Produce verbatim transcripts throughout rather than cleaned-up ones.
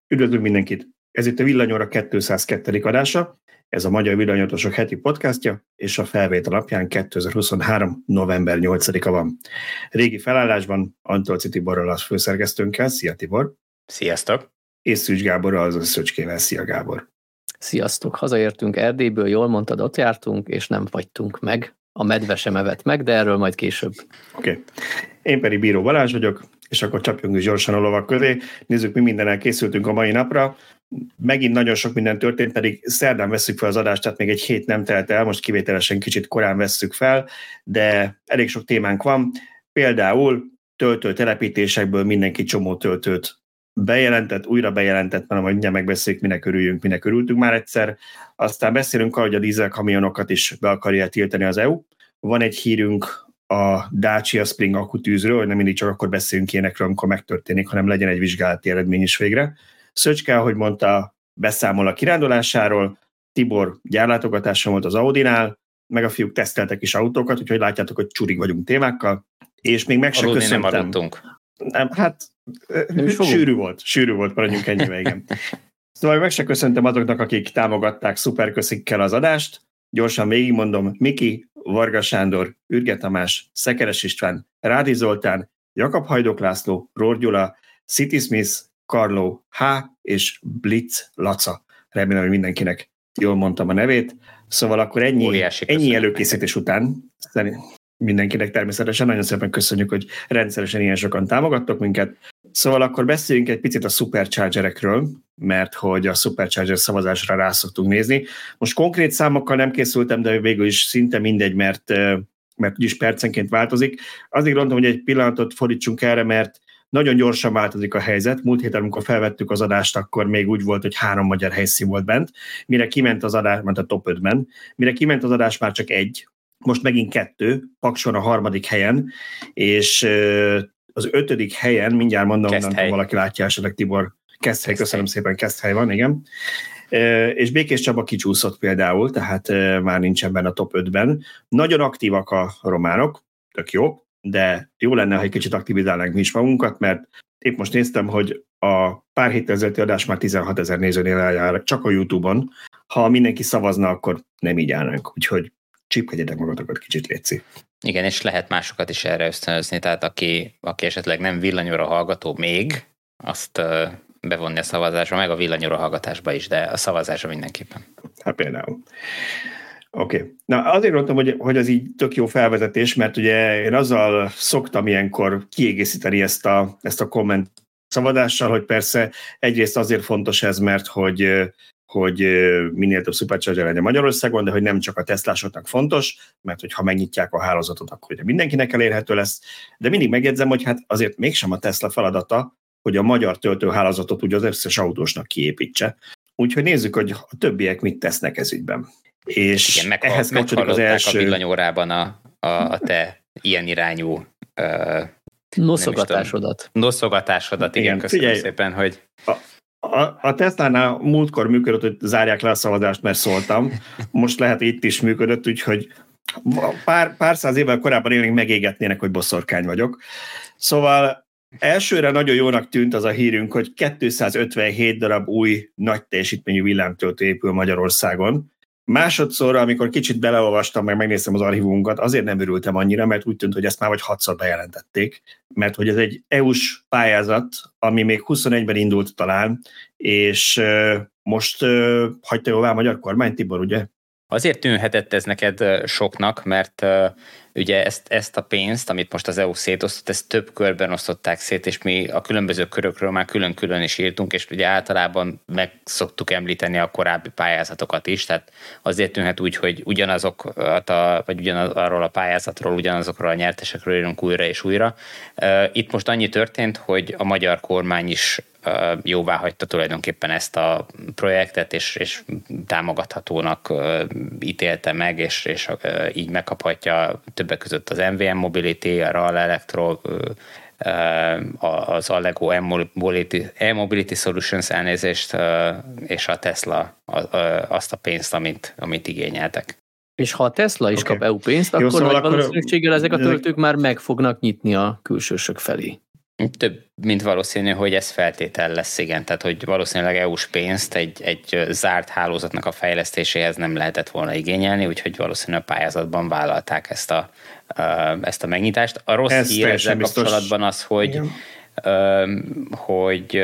Üdvözlünk mindenkit! Ez itt a Villanyóra kétszázkettő. adása, ez a Magyar Villanyautósok heti podcastja, és a felvétel napján kétezer-huszonhárom. november nyolcadika van. Régi felállásban Antolczy Tiborral a főszerkesztőnkkel. Szia Tibor! Sziasztok! És Szűcs Gáborral, azaz Szöcskével. Szia Gábor! Sziasztok! Hazaértünk Erdélyből, jól mondtad, ott jártunk, és nem fagytunk meg. A medve sem evett meg, de erről majd később. Oké. Okay. Én pedig Bíró Balázs vagyok, és akkor csapjunk is gyorsan a lovak közé. Nézzük, mi mindennel készültünk a mai napra. Megint nagyon sok minden történt, pedig szerdán vesszük fel az adást, tehát még egy hét nem telt el, most kivételesen kicsit korán vesszük fel, de elég sok témánk van. Például töltőtelepítésekből mindenki csomó töltőt bejelentett, újra bejelentett, mert majd megbeszéljük, minek örüljünk, minek örültünk már egyszer. Aztán beszélünk arra, hogy a dízelkamionokat is be akarja tiltani az é u. Van egy hírünk a Dacia Spring akkutűzről, hogy nem mindig csak akkor beszélünk ilyenekről, amikor megtörténik, hanem legyen egy vizsgálati eredmény is végre. Szöcske, ahogy mondta, beszámol a kirándulásáról, Tibor gyárlátogatáson volt az Audinál, meg a fiúk teszteltek is autókat, úgyhogy látjátok, hogy csurig vagyunk témákkal, és még meg sem köszöntem. nem aludtunk. Nem, hát nem sűrű volt, sűrű volt, maradjunk ennyivel, igen. Szóval meg sem köszöntem azoknak, akik támogatták szuperköszikkel az adást. Gyorsan végigmondom: Miki, Varga Sándor, Ürge Tamás, Szekeres István, Rádi Zoltán, Jakab Hajdok László, Rór Gyula, City Smith, Karló H. és Blitz Laca. Remélem, hogy mindenkinek jól mondtam a nevét. Szóval akkor ennyi, ennyi előkészítés után mindenkinek természetesen nagyon szépen köszönjük, hogy rendszeresen ilyen sokan támogattok minket. Szóval akkor beszéljünk egy picit a Superchargerekről, mert hogy a Supercharger szavazásra rá szoktunk nézni. Most konkrét számokkal nem készültem, de végül is szinte mindegy, mert, mert úgyis percenként változik. Azért gondolom, hogy egy pillanatot fordítsunk erre, mert nagyon gyorsan változik a helyzet. Múlt héten, amikor felvettük az adást, akkor még úgy volt, hogy három magyar helyszín volt bent. Mire kiment az adás, ment a top ötben, mire kiment az adás, már csak egy, most megint kettő, Pakson a harmadik helyen, és az ötödik helyen, mindjárt mondom, ha valaki látja esetleg, Tibor, Keszthely, köszönöm szépen, Keszthely van, igen. És Békés Csaba kicsúszott például, tehát már nincsen benne a top ötben. Nagyon aktívak a románok, tök jó, de jó lenne, ha egy kicsit aktivizálnánk mi is magunkat, mert épp most néztem, hogy a pár héttel ezelőtti adás már tizenhatezer nézőnél eljár, csak a YouTube-on. Ha mindenki szavazna, akkor nem így állnánk, úgyhogy csípkedjetek magatokat kicsit, létszik. Igen, és lehet másokat is erre ösztönözni, tehát aki, aki esetleg nem Villanyóra hallgató még, azt uh, bevonni a szavazásba, meg a Villanyóra hallgatásba is, de a szavazásra mindenképpen. Hát például. Oké. Okay. Na azért mondtam, hogy, hogy ez így tök jó felvezetés, mert ugye én azzal szoktam ilyenkor kiegészíteni ezt a, ezt a komment szavazással, hogy persze egyrészt azért fontos ez, mert hogy hogy minél több Supercharger legyen Magyarországon, de hogy nem csak a Teslásoknak fontos, mert hogyha megnyitják a hálózatot, akkor ugye mindenkinek elérhető lesz, de mindig megjegyzem, hogy hát azért mégsem a Tesla feladata, hogy a magyar töltőhálózatot ugye az összes autósnak kiépítse. Úgyhogy nézzük, hogy a többiek mit tesznek ez ügyben. És igen, meghal- ehhez kapcsolódik az első... a villanyórában a, a, a te ilyen irányú uh, noszogatásodat. Noszogatásodat, igen, igen, köszönöm figyelj, szépen, hogy... A... A, a Tesla-nál múltkor működött, hogy zárják le a szavazást, mert szóltam. Most lehet itt is működött, úgyhogy pár, pár száz évvel korábban élnénk, megégetnének, hogy boszorkány vagyok. Szóval elsőre nagyon jónak tűnt az a hírünk, hogy kétszázötvenhét darab új nagy teljesítményű villámtöltő épül Magyarországon. Másodszorra, amikor kicsit beleolvastam, meg megnéztem az archívunkat, azért nem örültem annyira, mert úgy tűnt, hogy ezt már vagy hatszor bejelentették, mert hogy ez egy é u-s pályázat, ami még huszonegyben indult talán, és uh, most uh, hagyta jóvá a magyar kormány, Tibor, ugye? Azért tűnhetett ez neked soknak, mert uh, ugye ezt, ezt a pénzt, amit most az é u szétosztott, ezt több körben osztották szét, és mi a különböző körökről már külön-külön is írtunk, és ugye általában meg szoktuk említeni a korábbi pályázatokat is, tehát azért tűnhet úgy, hogy ugyanazokat a, vagy ugyanarról a pályázatról, ugyanazokról a nyertesekről írunk újra és újra. Uh, itt most annyi történt, hogy a magyar kormány is jóvá hagyta tulajdonképpen ezt a projektet, és, és támogathatónak ítélte meg, és, és így megkaphatja többek között az em vé em Mobility, a RAL Electro, az Allego E-Mobility Solutions elnézést, és a Tesla azt a pénzt, amit, amit igényeltek. És ha a Tesla is okay. kap é u pénzt, jó, akkor szóval nagy valószínűséggel ezek a töltők már meg fognak nyitni a külsősök felé. Több, mint valószínű, hogy ez feltétel lesz, igen. Tehát, hogy valószínűleg é u-s pénzt egy, egy zárt hálózatnak a fejlesztéséhez nem lehetett volna igényelni, úgyhogy valószínűleg a pályázatban vállalták ezt a, ezt a megnyitást. A rossz ez hír ezzel kapcsolatban az, hogy, hogy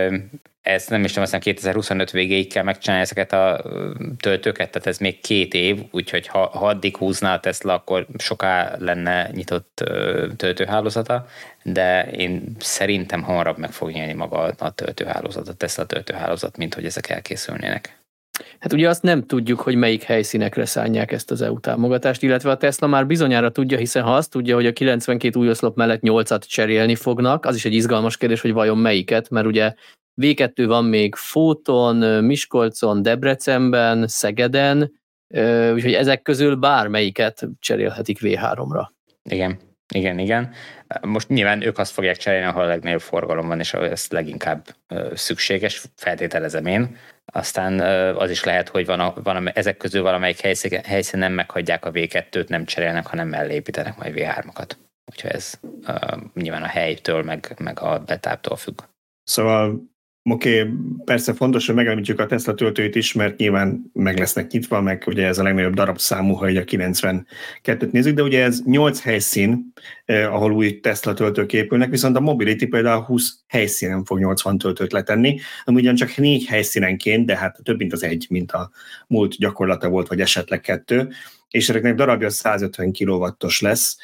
ez nem is tudom, aztán kétezer-huszonöt végéig kell megcsinálni ezeket a töltőket, tehát ez még két év, úgyhogy ha, ha addig húzná a Tesla, akkor soká lenne nyitott töltőhálózata, de én szerintem hamarabb meg fog nyílni maga a töltőhálózat, a Tesla töltőhálózat, mint hogy ezek elkészülnének. Hát ugye azt nem tudjuk, hogy melyik helyszínekre szánják ezt az é u támogatást, illetve a Tesla már bizonyára tudja, hiszen ha azt tudja, hogy a kilencvenkét új oszlop mellett nyolcat cserélni fognak, az is egy izgalmas kérdés, hogy vajon melyiket, mert ugye vé kettő van még Fóton, Miskolcon, Debrecenben, Szegeden, úgyhogy ezek közül bármelyiket cserélhetik vé háromra. Igen, igen, igen. Most nyilván ők azt fogják cserélni, ahol a legnagyobb forgalom van, és ez leginkább szükséges, feltételezem én. Aztán az is lehet, hogy van, a, van a, ezek közül valamelyik helyszín, helyszínen meghagyják a vé kettőt, nem cserélnek, hanem mellé építenek majd vé hármakat. Úgyhogy ez uh, nyilván a helytől, meg, meg a betáptól függ. Szóval oké, okay, persze fontos, hogy megemlítjük a Tesla töltőit is, mert nyilván meg lesznek nyitva, meg ugye ez a legnagyobb darabszámú, ha így a kilencvenkettőt nézzük, de ugye ez nyolc helyszín, eh, ahol új Tesla töltők épülnek, viszont a Mobility például húsz helyszínen fog nyolcvan töltőt letenni, ami ugyancsak négy helyszínenként, de hát több mint az egy, mint a múlt gyakorlata volt, vagy esetleg kettő, és ezeknek darabja százötven kilowattos lesz.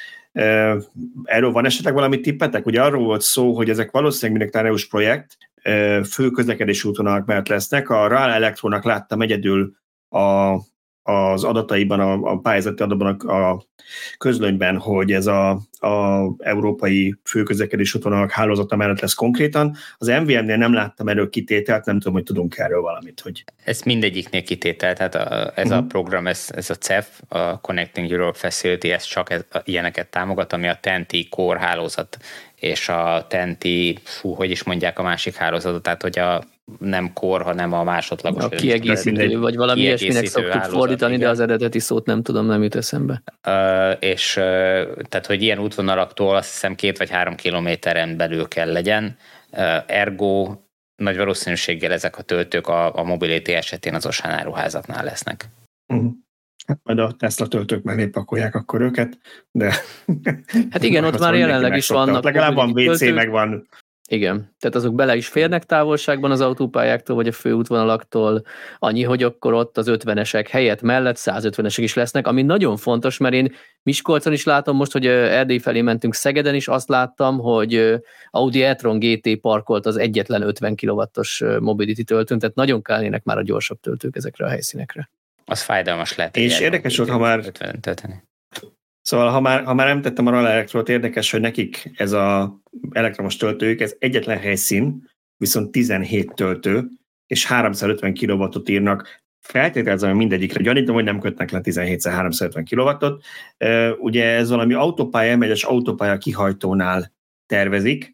Erről van esetleg valami tippetek? Ugye arról volt szó, hogy ezek valószínűleg mindenki é u-s projekt, fő közlekedési útvonalak mellett lesznek. A Real Electronak láttam egyedül a, az adataiban, a, a pályázati adatban, a, a közlönyben, hogy ez a, a európai főközlekedési útvonalak hálózata mellett lesz konkrétan. Az em vé em-nél nem láttam erről kitételt, nem tudom, hogy tudunk erről valamit. Hogy... Ez mindegyiknél kitételt, tehát a, ez uh-huh. a program, ez, ez a cé e ef, a Connecting Europe Facility, ez csak ez, ilyeneket támogat, ami a té en té Core hálózat, és a té en té, fú, hogy is mondják a másik hálózatot, tehát hogy a nem core, hanem a másodlagos. A kiegészítő, vagy valami ilyesminek szoktuk hálózat, fordítani, igen. De az eredeti szót nem tudom, nem jut eszembe. Uh, és uh, tehát, hogy ilyen útvonalaktól azt hiszem két vagy három kilométeren belül kell legyen. Uh, ergo nagy valószínűséggel ezek a töltők a, a Mobility esetén az Osán áruházatnál lesznek. Uh-huh. Hát majd a Tesla töltők mellé pakolják akkor őket, de... Hát igen, ott már jelenleg is vannak. Legalább van vé cé, meg van... Igen, tehát azok bele is férnek távolságban az autópályáktól, vagy a főútvonalaktól, annyi, hogy akkor ott az ötvenesek helyett mellett százötvenesek is lesznek, ami nagyon fontos, mert én Miskolcon is látom most, hogy Erdély felé mentünk, Szegeden is azt láttam, hogy Audi e-tron gé té parkolt az egyetlen ötven kilowattos Mobility töltőn, tehát nagyon kellnének már a gyorsabb töltők ezekre a helyszínekre. Az fájdalmas lehet. És érdekes volt, ha már... ötven tölteni. Szóval, ha már, ha már említettem a Real Electrot, érdekes, hogy nekik ez az elektromos töltőjük, ez egyetlen helyszín, viszont tizenhét töltő, és háromszázötven kilowattot írnak. Feltételezem, hogy mindegyikre gyanítom, hogy nem kötnek le tizenhétszer háromszázötven kilowattot. Ugye ez valami autópálya, em egyes autópálya kihajtónál tervezik.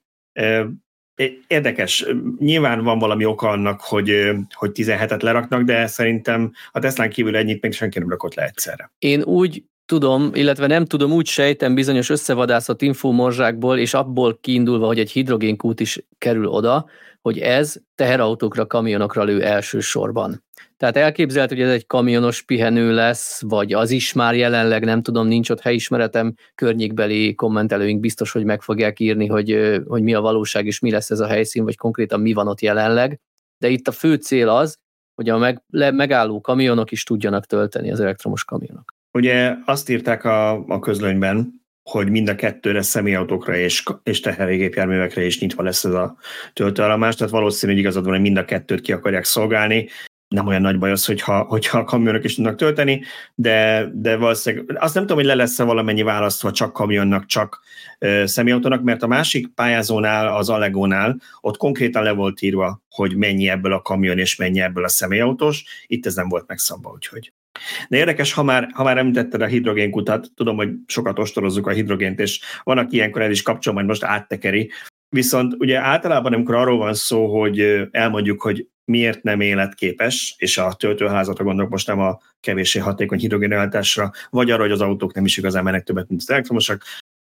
Érdekes, nyilván van valami oka annak, hogy, hogy tizenhetet leraknak, de szerintem a Teslán kívül ennyit még senki nem rakott le egyszerre. Én úgy tudom, illetve nem tudom, úgy sejtem bizonyos összevadászott infomorzsákból, és abból kiindulva, hogy egy hidrogénkút is kerül oda, hogy ez teherautókra, kamionokra lő elsősorban. Tehát elképzelhető, hogy ez egy kamionos pihenő lesz, vagy az is már jelenleg, nem tudom, nincs ott helyismeretem, környékbeli kommentelőink biztos, hogy meg fogják írni, hogy, hogy mi a valóság, és mi lesz ez a helyszín, vagy konkrétan mi van ott jelenleg. De itt a fő cél az, hogy a meg, le, megálló kamionok is tudjanak tölteni, az elektromos kamionok. Ugye azt írták a, a közlönyben, hogy mind a kettőre, személyautókra és, és tehergépjárművekre is nyitva lesz ez a töltőállomás, tehát valószínű, hogy igazad van, hogy mind a kettőt ki akarják szolgálni. Nem olyan nagy baj az, hogyha, hogyha a kamionok is tudnak tölteni, de, de valószínűleg azt nem tudom, hogy le lesz-e valamennyi választva csak kamionnak, csak ö, személyautónak, mert a másik pályázónál, az Allegónál, ott konkrétan le volt írva, hogy mennyi ebből a kamion és mennyi ebből a személyautós, itt ez nem volt megszabva, úgyhogy. De érdekes, ha már, ha már említetted a hidrogénkutat, tudom, hogy sokat ostorozzuk a hidrogént, és van, aki ilyenkor el is kapcsol, majd most áttekeri. Viszont ugye általában, amikor arról van szó, hogy elmondjuk, hogy miért nem életképes, és a töltőházatra gondolok most nem a kevéssé hatékony hidrogénellátásra, vagy arra, hogy az autók nem is igazán mennek többet, mint az elektromosak,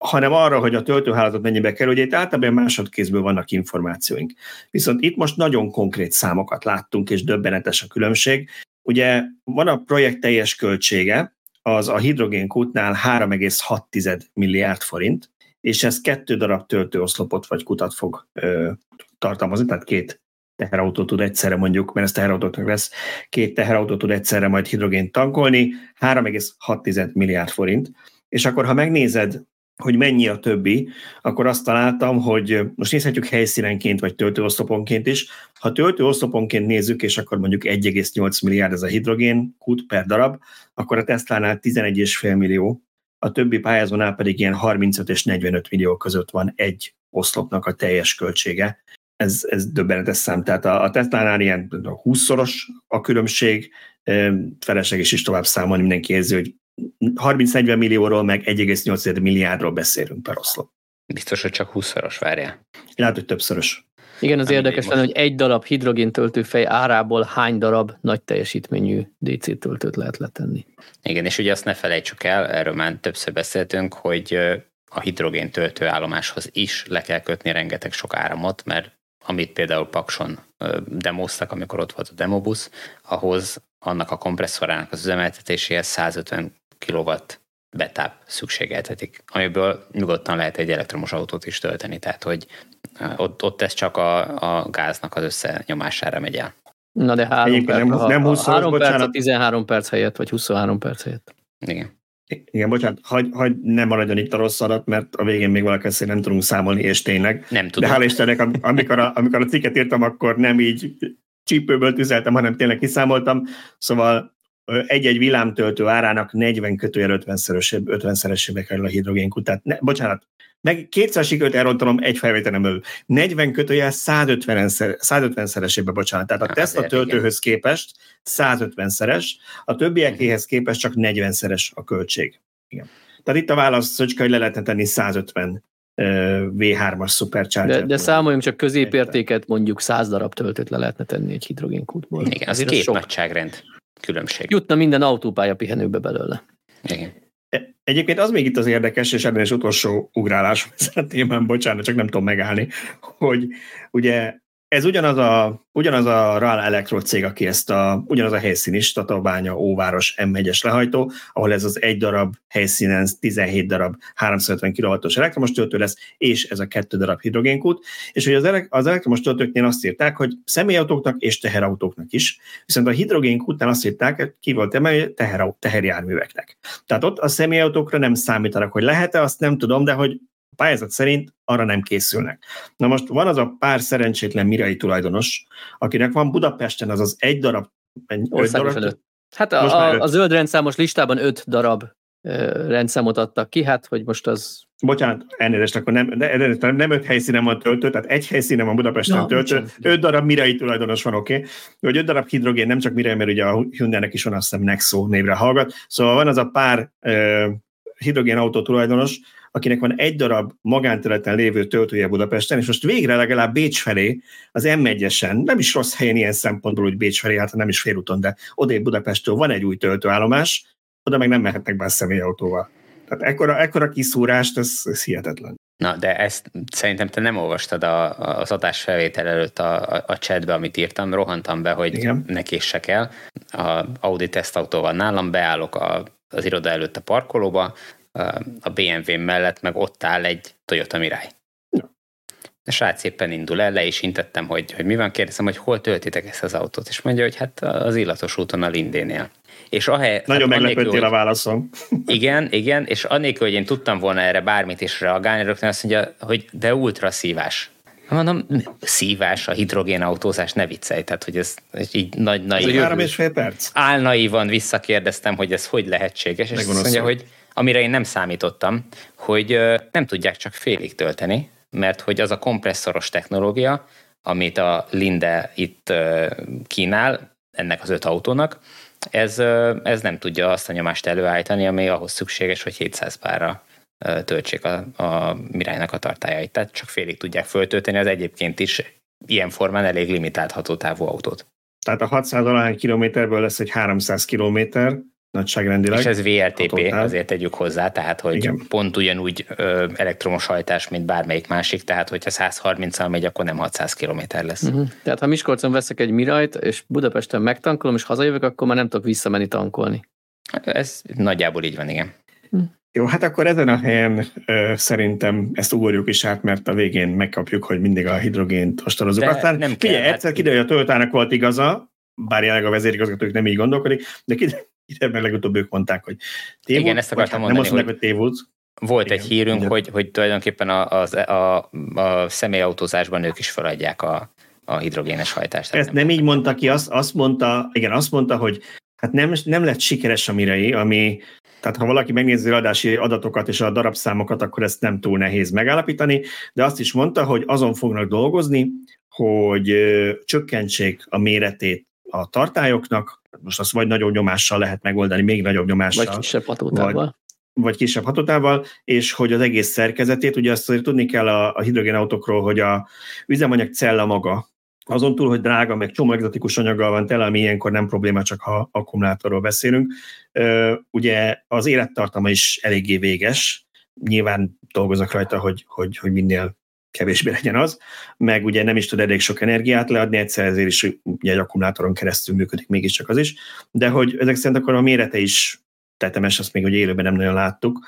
hanem arra, hogy a töltőhálózat mennyibe kerül, ugye itt általában másodkézből vannak információink. Viszont itt most nagyon konkrét számokat láttunk, és döbbenetes a különbség. Ugye van a projekt teljes költsége, az a hidrogénkútnál három egész hat milliárd forint, és ez kettő darab töltőoszlopot vagy kutat fog ö, tartalmazni, tehát két teherautó tud egyszerre mondjuk, mert ez teherautóknak lesz, két teherautó tud egyszerre majd hidrogént tankolni, három egész hat milliárd forint, és akkor ha megnézed, hogy mennyi a többi, akkor azt találtam, hogy most nézhetjük helyszínenként, vagy töltőoszloponként is. Ha töltőoszloponként nézzük, és akkor mondjuk egy egész nyolc milliárd ez a hidrogén kút per darab, akkor a Teslánál tizenegy egész öt millió, a többi pályázónál pedig ilyen harmincöt és negyvenöt millió között van egy oszlopnak a teljes költsége. Ez, ez döbbenetes szám. Tehát a, a Teslánál ilyen húszszoros a különbség, felesleges is tovább számolni, mindenki érzi, hogy harminc-negyven millióról meg egy egész nyolc milliárdról beszélünk per oszlop. Biztos, hogy csak húszszoros, várjál. Lehet, hogy többszörös. Igen, az érdekes lenne, hogy egy darab hidrogéntöltőfej árából hány darab nagy teljesítményű dé cé töltőt lehet letenni. Igen, és ugye azt ne felejtsük el, erről már többször beszéltünk, hogy a hidrogén töltőállomáshoz is le kell kötni rengeteg sok áramot, mert amit például Pakson demóztak, amikor ott volt a demobusz, ahhoz annak a kompresszorának az üzemeltetéséhez százötven kilowatt betáp szükségeltetik, amiből nyugodtan lehet egy elektromos autót is tölteni, tehát hogy ott, ott ez csak a, a gáznak az összenyomására megy el. Na de három perc, nem, nem húsz, három perc a tizenhárom perc helyett, vagy huszonhárom perc helyett. Igen. Igen, bocsánat, hagy, hagy ne maradjon itt a rossz adat, mert a végén még valaki ezt nem tudunk számolni, és tényleg. Nem tudom. De hál' Istennek, amikor a, amikor a cikket írtam, akkor nem így csípőből tüzeltem, hanem tényleg kiszámoltam. Szóval egy-egy villámtöltő árának negyven kötőjel ötvenszeresébe kerül a hidrogénkút. Tehát, ne, bocsánat, meg kétszer sikerült elrontanom egy felvételen belül. negyven kötőjel százötvenszeresébe, bocsánat. Tehát a Na, Tesla töltőhöz igen. képest százötvenszeres, a többiekéhez képest csak negyvenszeres a költség. Igen. Tehát itt a válasz, Szöcske, hogy le lehetne tenni százötven vé hármas Supercharger. De, de számoljunk csak középértéket, mondjuk száz darab töltőt le lehetne tenni egy hidrogénkútból. Igen, az két nagyságrend különbség. Jutna minden autópálya pihenőbe belőle. Igen. Egyébként az még itt az érdekes, és ebben is utolsó ugrálás a témán, bocsánat, csak nem tudom megállni, hogy ugye ez ugyanaz a, ugyanaz a RAL Electro cég, aki ezt a, ugyanaz a helyszín is, Tatabánya, Óváros, em egyes lehajtó, ahol ez az egy darab helyszínen tizenhét darab háromszázötven kilowattos elektromos töltő lesz, és ez a kettő darab hidrogénkút, és hogy az, ele- az elektromos töltőknél azt írták, hogy személyautóknak és teherautóknak is, viszont a hidrogénkútnál azt írták, ki volt emelve, teher, teherjárműveknek. Tehát ott a személyautókra nem számítanak, hogy lehet-e, azt nem tudom, de hogy a pályázat szerint arra nem készülnek. Na most van az a pár szerencsétlen mirai tulajdonos, akinek van Budapesten az az egy darab, öt darab. Hát a, a, a zöld rendszámos listában öt darab ö, rendszámot adtak ki, hát hogy most az... Bocsánat, elnézést, akkor nem, de, de, nem öt helyszínen van töltő, tehát egy helyszínen van Budapesten ja, töltő, bocsánat. öt darab mirai tulajdonos van, oké? Okay? Hogy öt darab hidrogén, nem csak mirai, mert ugye a Hyundai-nek is van, azt hiszem Nexo névre hallgat. Szóval van az a pár ö, hidrogén autó tulajdonos, akinek van egy darab magánterületen lévő töltője Budapesten, és most végre legalább Bécs felé, az em egyesen, nem is rossz helyen ilyen szempontból, hogy Bécs felé, hát nem is félúton, de odébb Budapesttől van egy új töltőállomás, oda meg nem mehetnek be a személyautóval. Tehát ekkora, ekkora kiszúrást, ez, ez hihetetlen. Na, de ezt szerintem te nem olvastad a, az adásfelvétel előtt a, a, a chatbe, amit írtam, rohantam be, hogy igen. Ne késsek el. A Audi tesztautó van nálam, beállok a, az iroda előtt a parkolóba, a bé em vé mellett meg ott áll egy Toyota Mirai. Ja. A srác éppen indul el, le is intettem, hogy, hogy mi van, kérdezem, hogy hol töltitek ezt az autót, és mondja, hogy hát az Illatos úton a Lindénél. És ahely, nagyon hát meglepődtél annélkül, a válaszom. Igen, igen, és annélkül, hogy én tudtam volna erre bármit is reagálni, rögtön azt mondja, hogy de ultra szívás. Mondom, szívás, a hidrogénautózás, ne viccelj, tehát hogy ez így nagy naív. három és fél perc. Álnaívan visszakérdeztem, hogy ez hogy lehetséges, és azt mondja, hogy amire én nem számítottam, hogy nem tudják csak félig tölteni, mert hogy az a kompresszoros technológia, amit a Linde itt kínál, ennek az öt autónak, ez, ez nem tudja azt a nyomást előállítani, ami ahhoz szükséges, hogy hétszáz bárra töltsék a, a Mirainak a tartályait. Tehát csak félig tudják föltölteni az egyébként is ilyen formán elég limitált hatótávú autót. Tehát a hatszáz valahány kilométerből lesz egy háromszáz kilométer, nagyságrendileg. És ez vé el té pé, azért tegyük hozzá, tehát hogy igen. Pont ugyanúgy ö, elektromos hajtás, mint bármelyik másik, tehát hogyha száz harminccal megy, akkor nem hatszáz kilométer lesz. Uh-huh. Tehát ha Miskolcon veszek egy Mirajt, és Budapesten megtankolom, és hazajövök, akkor már nem tudok visszamenni tankolni. Ez nagyjából így van, igen. Uh-huh. Jó, hát akkor ezen a helyen ö, szerintem ezt ugorjuk is át, mert a végén megkapjuk, hogy mindig a hidrogént ostorozunk. Aztán nem kell, figyelj, egyszer hát... kiderül, hogy a Toyotának volt igaza, bár jelenleg a vezérigazgatók nem így gondolkodik, de kiderül, legutóbb ők mondták, hogy tévút. Igen, ezt akartam mondani, nem hogy, hogy tévút. Volt igen, egy hírünk, igen. hogy, hogy tulajdonképpen a, a, a, a személyautózásban ők is feladják a, a hidrogénes hajtást. Ezt nem, nem így mondta ki, azt, azt mondta, igen, azt mondta, hogy hát nem, nem lett sikeres a Mirai, ami, tehát ha valaki megnézi az adási adatokat és a darabszámokat, akkor ezt nem túl nehéz megállapítani, de azt is mondta, hogy azon fognak dolgozni, hogy ö, csökkentsék a méretét a tartályoknak, most azt vagy nagyobb nyomással lehet megoldani, még nagyobb nyomással. Vagy kisebb hatótával. Vagy, vagy kisebb hatótával, és hogy az egész szerkezetét, ugye azt azért tudni kell a, a hidrogénautókról, hogy a üzemanyag cella maga, azon túl, hogy drága, meg csomó egzotikus anyaggal van tele, ami ilyenkor nem probléma, csak ha akkumulátorról beszélünk. Ugye az élettartama is eléggé véges, nyilván dolgoznak rajta, hogy, hogy, hogy minél kevésbé legyen az, meg ugye nem is tud elég sok energiát leadni, egyszer ezért is ugye egy akkumulátoron keresztül működik mégiscsak az is, de hogy ezek szerint akkor a mérete is tetemes, azt még hogy élőben nem nagyon láttuk.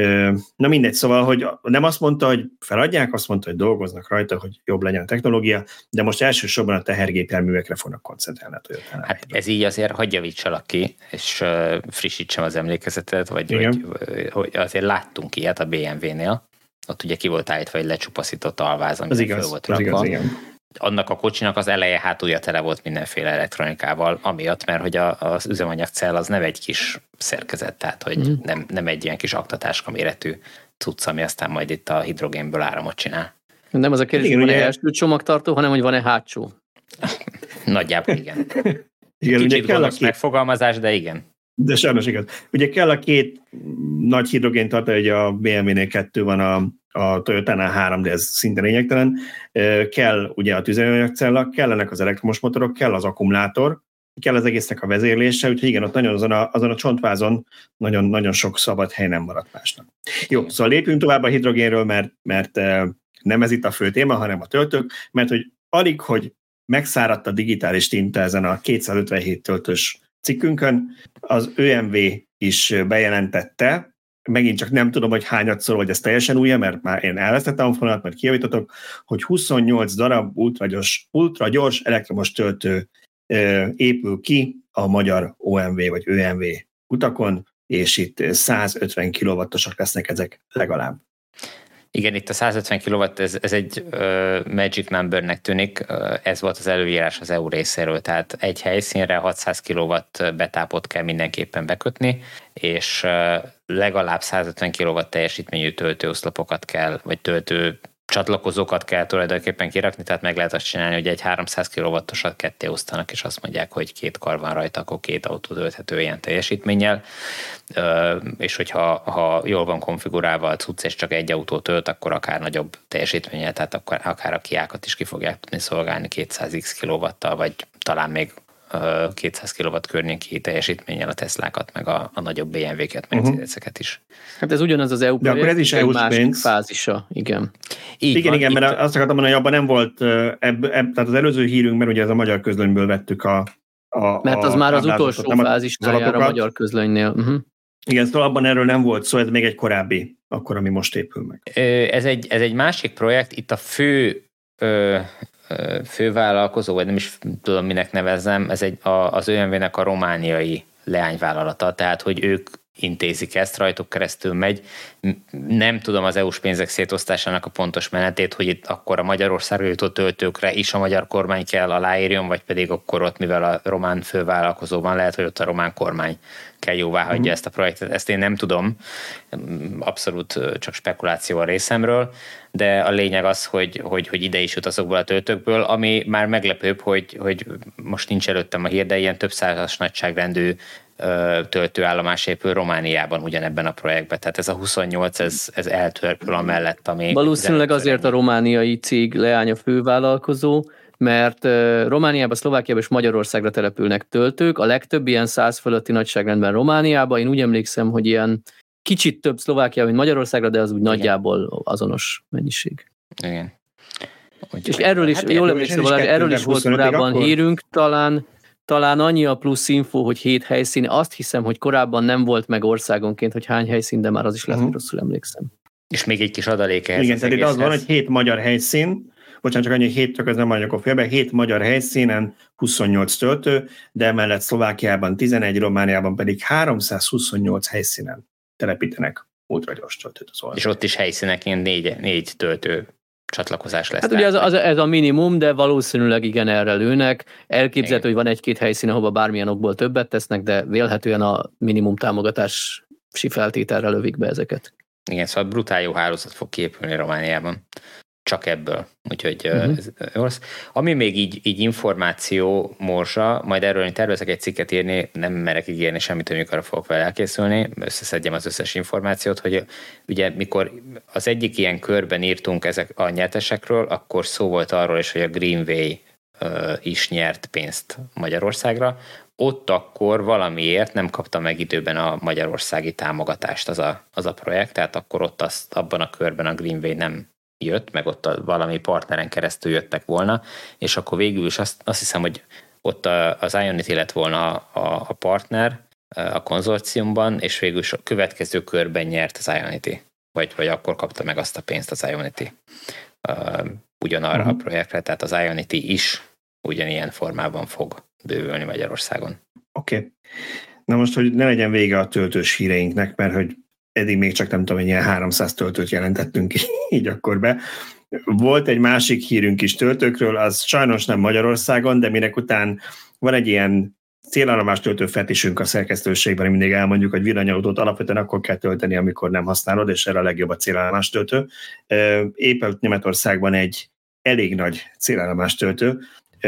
Na mindegy, szóval, hogy nem azt mondta, hogy feladják, azt mondta, hogy dolgoznak rajta, hogy jobb legyen a technológia, de most elsősorban a tehergépjárművekre fognak koncentrálni a Toyotánál. Hát ez így azért hadd javítsalak ki, és frissítsem az emlékezetet, vagy hogy, hogy azért láttunk ilyet a bé em vé-nél, ott ugye ki volt állítva egy lecsupaszított alváz, ami föl volt rakva. Igaz, igen. Annak a kocsinak az eleje hátulja tele volt mindenféle elektronikával, amiatt, mert hogy a, az üzemanyagcell az nem egy kis szerkezet, tehát hogy mm. nem, nem egy ilyen kis aktatáska méretű cucc, ami aztán majd itt a hidrogénből áramot csinál. Nem az a kérdés, hogy van-e ugye... első csomagtartó, hanem hogy van-e hátsó. Nagyjából igen. igen Kicsit gonosz két... megfogalmazás, de igen. De sajnos igaz. Ugye kell a két nagy hidrogéntartó, ugye a bé em vé-nél kettő van, a, a Toyotánál három, de ez szinte lényegtelen. Kell ugye a tüzelőanyagcella, kellenek az elektromos motorok, kell az akkumulátor, kell az egésznek a vezérlése, úgyhogy igen, ott nagyon azon a, azon a csontvázon nagyon, nagyon sok szabad hely nem maradt másnak. Jó, szóval lépjünk tovább a hidrogénről, mert, mert nem ez itt a fő téma, hanem a töltők, mert hogy alig, hogy megszáradt a digitális tinta ezen a kétszázötvenhét töltős cikkünkön, az ö em vé is bejelentette, megint csak nem tudom, hogy hányadszor, vagy ez teljesen újja, mert már én elvesztettem a fonalat, mert kijavítatok, hogy huszonnyolc darab ultragyors, ultragyors elektromos töltő ö, épül ki a magyar o em vé vagy ö em vé utakon, és itt százötven kilowattosak lesznek ezek legalább. Igen, itt a százötven kilowatt, ez, ez egy uh, magic numbernek tűnik, uh, ez volt az előírás az é u részéről, tehát egy helyszínre hatszáz kilowatt betápot kell mindenképpen bekötni, és uh, legalább százötven kilowatt teljesítményű töltőoszlopokat kell, vagy töltő csatlakozókat kell tulajdonképpen kirakni, tehát meg lehet azt csinálni, hogy egy háromszáz kilowattosat ketté osztanak, és azt mondják, hogy két kar van rajta, akkor két autó tölthető ilyen teljesítménnyel, és hogyha ha jól van konfigurálva a cucc, és csak egy autó tölt, akkor akár nagyobb teljesítménnyel, tehát akkor akár a Kiákat is ki fogják tudni szolgálni kétszáz x kilowattal, vagy talán még kétszáz kilowatt környéki teljesítménnyel a Teslákat, meg a, a nagyobb bé em vé-ket, meg uh-huh. ezeket is. Hát ez ugyanaz az é u projekt, ez is egy másik fázisa, igen. Így igen, van, igen, mert azt akartam mondani, hogy abban nem volt, ebb, ebb, tehát az előző hírünkben, ugye ez a Magyar Közlönyből vettük a... a mert az a, már az utolsó fázisnál jár a Magyar Közlönynél. Uh-huh. Igen, szóval abban erről nem volt szó, ez még egy korábbi, akkor, ami most épül meg. Ez egy, ez egy másik projekt, itt a fő... Ö, fővállalkozó, vagy nem is tudom, minek nevezzem, ez egy, a, az ö em vé-nek a romániai leányvállalata, tehát hogy ők intézik ezt, rajtuk keresztül megy. Nem tudom az é u-s pénzek szétosztásának a pontos menetét, hogy itt akkor a Magyarországra jutó töltőkre is a magyar kormány kell aláírjon, vagy pedig akkor ott, mivel a román fővállalkozó van, lehet, hogy ott a román kormány kell jóvá hagyja mm. ezt a projektet. Ezt én nem tudom, abszolút csak spekuláció a részemről, de a lényeg az, hogy, hogy, hogy ide is jut azokból a töltőkből, ami már meglepőbb, hogy, hogy most nincs előttem a hír, de ilyen több százas nagyságrendű töltőállomás épül Romániában ugyanebben a projektben. Tehát ez a huszonnyolc, ez, ez eltörpül amellett, ami... Valószínűleg azért a romániai cég leánya fővállalkozó, mert Romániába, Szlovákiába és Magyarországra települnek töltők, a legtöbb ilyen száz fölötti nagyságrendben Romániába, én úgy emlékszem, hogy ilyen kicsit több Szlovákiában, mint Magyarországra, de az úgy igen. nagyjából azonos mennyiség. Igen. Úgy, és erről is, hát jól emlékszem, erről is volt korábban akkor? hírünk, talán, talán annyi a plusz info, hogy hét helyszín, azt hiszem, hogy korábban nem volt meg országonként, hogy hány helyszín, de már az is lehet, hogy uh-huh. rosszul emlékszem. És még egy kis adalék ehhez. Igen, tehát itt az van, hogy hét magyar helyszín, bocsánat, csak annyi hét, csak ez nem mondjuk a félbe, hét magyar helyszínen huszonnyolc töltő, de emellett Szlovákiában tizenegy, Romániában pedig háromszázhuszonnyolc helyszínen telepítenek ultragyors töltőt az oldalon. És ott is helyszíneként négy, négy töltő csatlakozás lesz. Hát ugye az, az, ez a minimum, de valószínűleg igen, erre lőnek. Elképzelhető, hogy van egy-két helyszín, ahova bármilyen okból többet tesznek, de vélhetően a minimum támogatási feltételre lövik be ezeket. Igen, szóval brutál jó hálózat fog kiépülni Romániában. Csak ebből. Úgyhogy uh-huh. ez rossz. Ami még így, így információ morzsa, majd erről én tervezek egy cikket írni, nem merek ígérni semmit, hogy mikor fogok vele elkészülni, összeszedjem az összes információt, hogy ugye mikor az egyik ilyen körben írtunk ezek a nyertesekről, akkor szó volt arról is, hogy a Greenway uh, is nyert pénzt Magyarországra. Ott akkor valamiért nem kapta meg időben a magyarországi támogatást az a, az a projekt, tehát akkor ott azt, abban a körben a Greenway nem jött, meg ott a valami partneren keresztül jöttek volna, és akkor végül is azt, azt hiszem, hogy ott az Ionity lett volna a, a partner a konzorciumban, és végül is a következő körben nyert az Ionity, vagy, vagy akkor kapta meg azt a pénzt az Ionity uh, ugyanarra uh-huh. a projektre, tehát az Ionity is ugyanilyen formában fog bővülni Magyarországon. Oké. Okay. Na most, hogy ne legyen vége a töltős híreinknek, mert hogy eddig még csak nem tudom, hogy ilyen háromszáz töltőt jelentettünk így akkor be. Volt egy másik hírünk is töltőkről, az sajnos nem Magyarországon, de minek után van egy ilyen célállomás töltő fetisünk a szerkesztőségben, mindig elmondjuk, hogy villanyautót alapvetően akkor kell tölteni, amikor nem használod, és erre a legjobb a célállomás töltő. Éppen Németországban egy elég nagy célállomás töltő.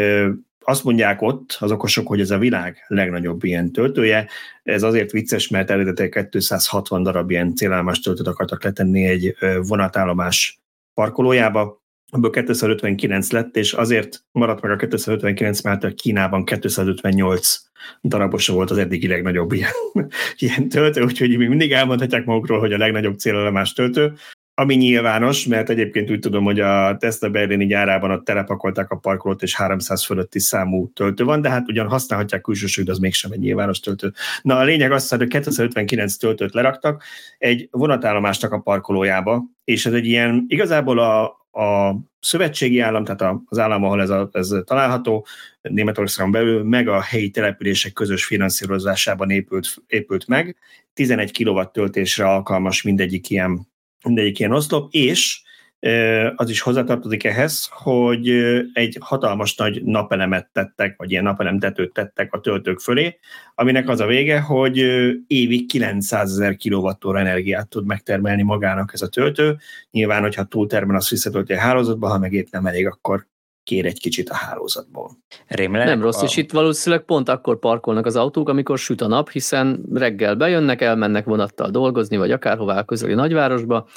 Azt mondják ott az okosok, hogy ez a világ legnagyobb ilyen töltője. Ez azért vicces, mert eredetileg kétszázhatvan darab ilyen célállomás töltőt akartak letenni egy vonatállomás parkolójába. Ebből kétszázötvenkilenc lett, és azért maradt meg a kétszázötvenkilenc, mert a Kínában kétszázötvennyolc darabosa volt az eddigi legnagyobb ilyen, ilyen töltő, úgyhogy még mindig elmondhatják magukról, hogy a legnagyobb célállomás töltő. Ami nyilvános, mert egyébként úgy tudom, hogy a Tesla berlini gyárában ott telepakolták a parkolót, és háromszáz fölötti számú töltő van, de hát ugyan használhatják külsőség, de az mégsem egy nyilvános töltő. Na a lényeg az, hogy kétszázötvenkilenc töltőt leraktak egy vonatállomásnak a parkolójába, és ez egy ilyen, igazából a, a szövetségi állam, tehát az állam, ahol ez, a, ez található, Németországon belül, meg a helyi települések közös finanszírozásában épült, épült meg. tizenegy kilowatt töltésre alkalmas mindegyik ilyen mindegyik ilyen oszlop, és az is hozzátartozik ehhez, hogy egy hatalmas nagy napelemet tettek, vagy ilyen napelemtetőt tettek a töltők fölé, aminek az a vége, hogy évi kilencszázezer kilowattóra energiát tud megtermelni magának ez a töltő. Nyilván, hogyha túltermel, azt visszatölti a hálózatba, ha meg épp nem elég, akkor kér egy kicsit a hálózatból. Rémlenek nem rossz, a... és itt valószínűleg pont akkor parkolnak az autók, amikor süt a nap, hiszen reggel bejönnek, elmennek vonattal dolgozni, vagy akárhová közeli nagyvárosba,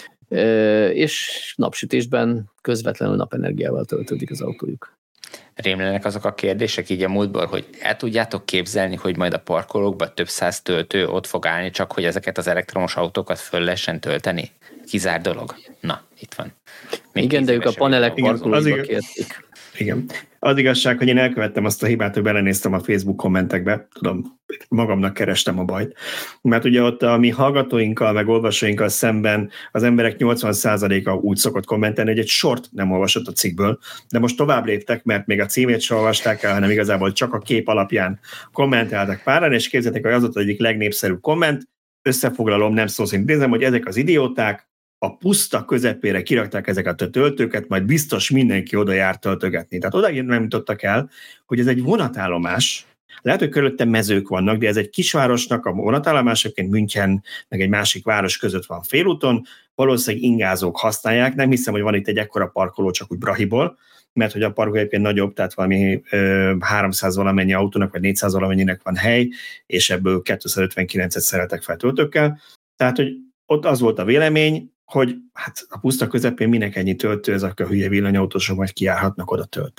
és napsütésben közvetlenül napenergiával töltődik az autójuk. Rémlenek azok a kérdések így a múltból, hogy el tudjátok képzelni, hogy majd a parkolókban több száz töltő ott fog állni, csak hogy ezeket az elektromos autókat föl lehessen tölteni? Kizár dolog. Na, itt van. Még igen, de ők a panelek parkolókba kérték. Igen. Az igazság, hogy én elkövettem azt a hibát, hogy belenéztem a Facebook kommentekbe, tudom, magamnak kerestem a bajt. Mert ugye ott a mi hallgatóinkkal, meg olvasóinkkal szemben az emberek nyolcvan százaléka úgy szokott kommentelni, hogy egy sort nem olvasott a cikkből, de most tovább léptek, mert még a címét sem olvasták el, hanem igazából csak a kép alapján kommenteltek páran, és képzeljétek, hogy az ott egyik legnépszerűbb komment, összefoglalom, nem szó szerint nézem, hogy ezek az idióták a puszta közepére kirakták ezeket a töltőket, majd biztos mindenki oda jár töltögetni. Tehát oda nem jutottak el, hogy ez egy vonatállomás, lehet, hogy körülötte mezők vannak, de ez egy kisvárosnak a vonatállomásokként München, meg egy másik város között van félúton, valószínűleg ingázók használják, nem hiszem, hogy van itt egy ekkora parkoló csak úgy Brahiból, mert hogy a parkoló egyébként nagyobb, tehát valami ö, háromszáz valamennyi autónak, vagy négyszáz valamennyinek van hely, és ebből kétszázötvenkilencet szereltek fel töltőkkel. Tehát, hogy ott az volt a vélemény, hogy hát a puszta közepén minek ennyi töltő, ezek a hülye villanyautósok majd kijárhatnak oda tölteni.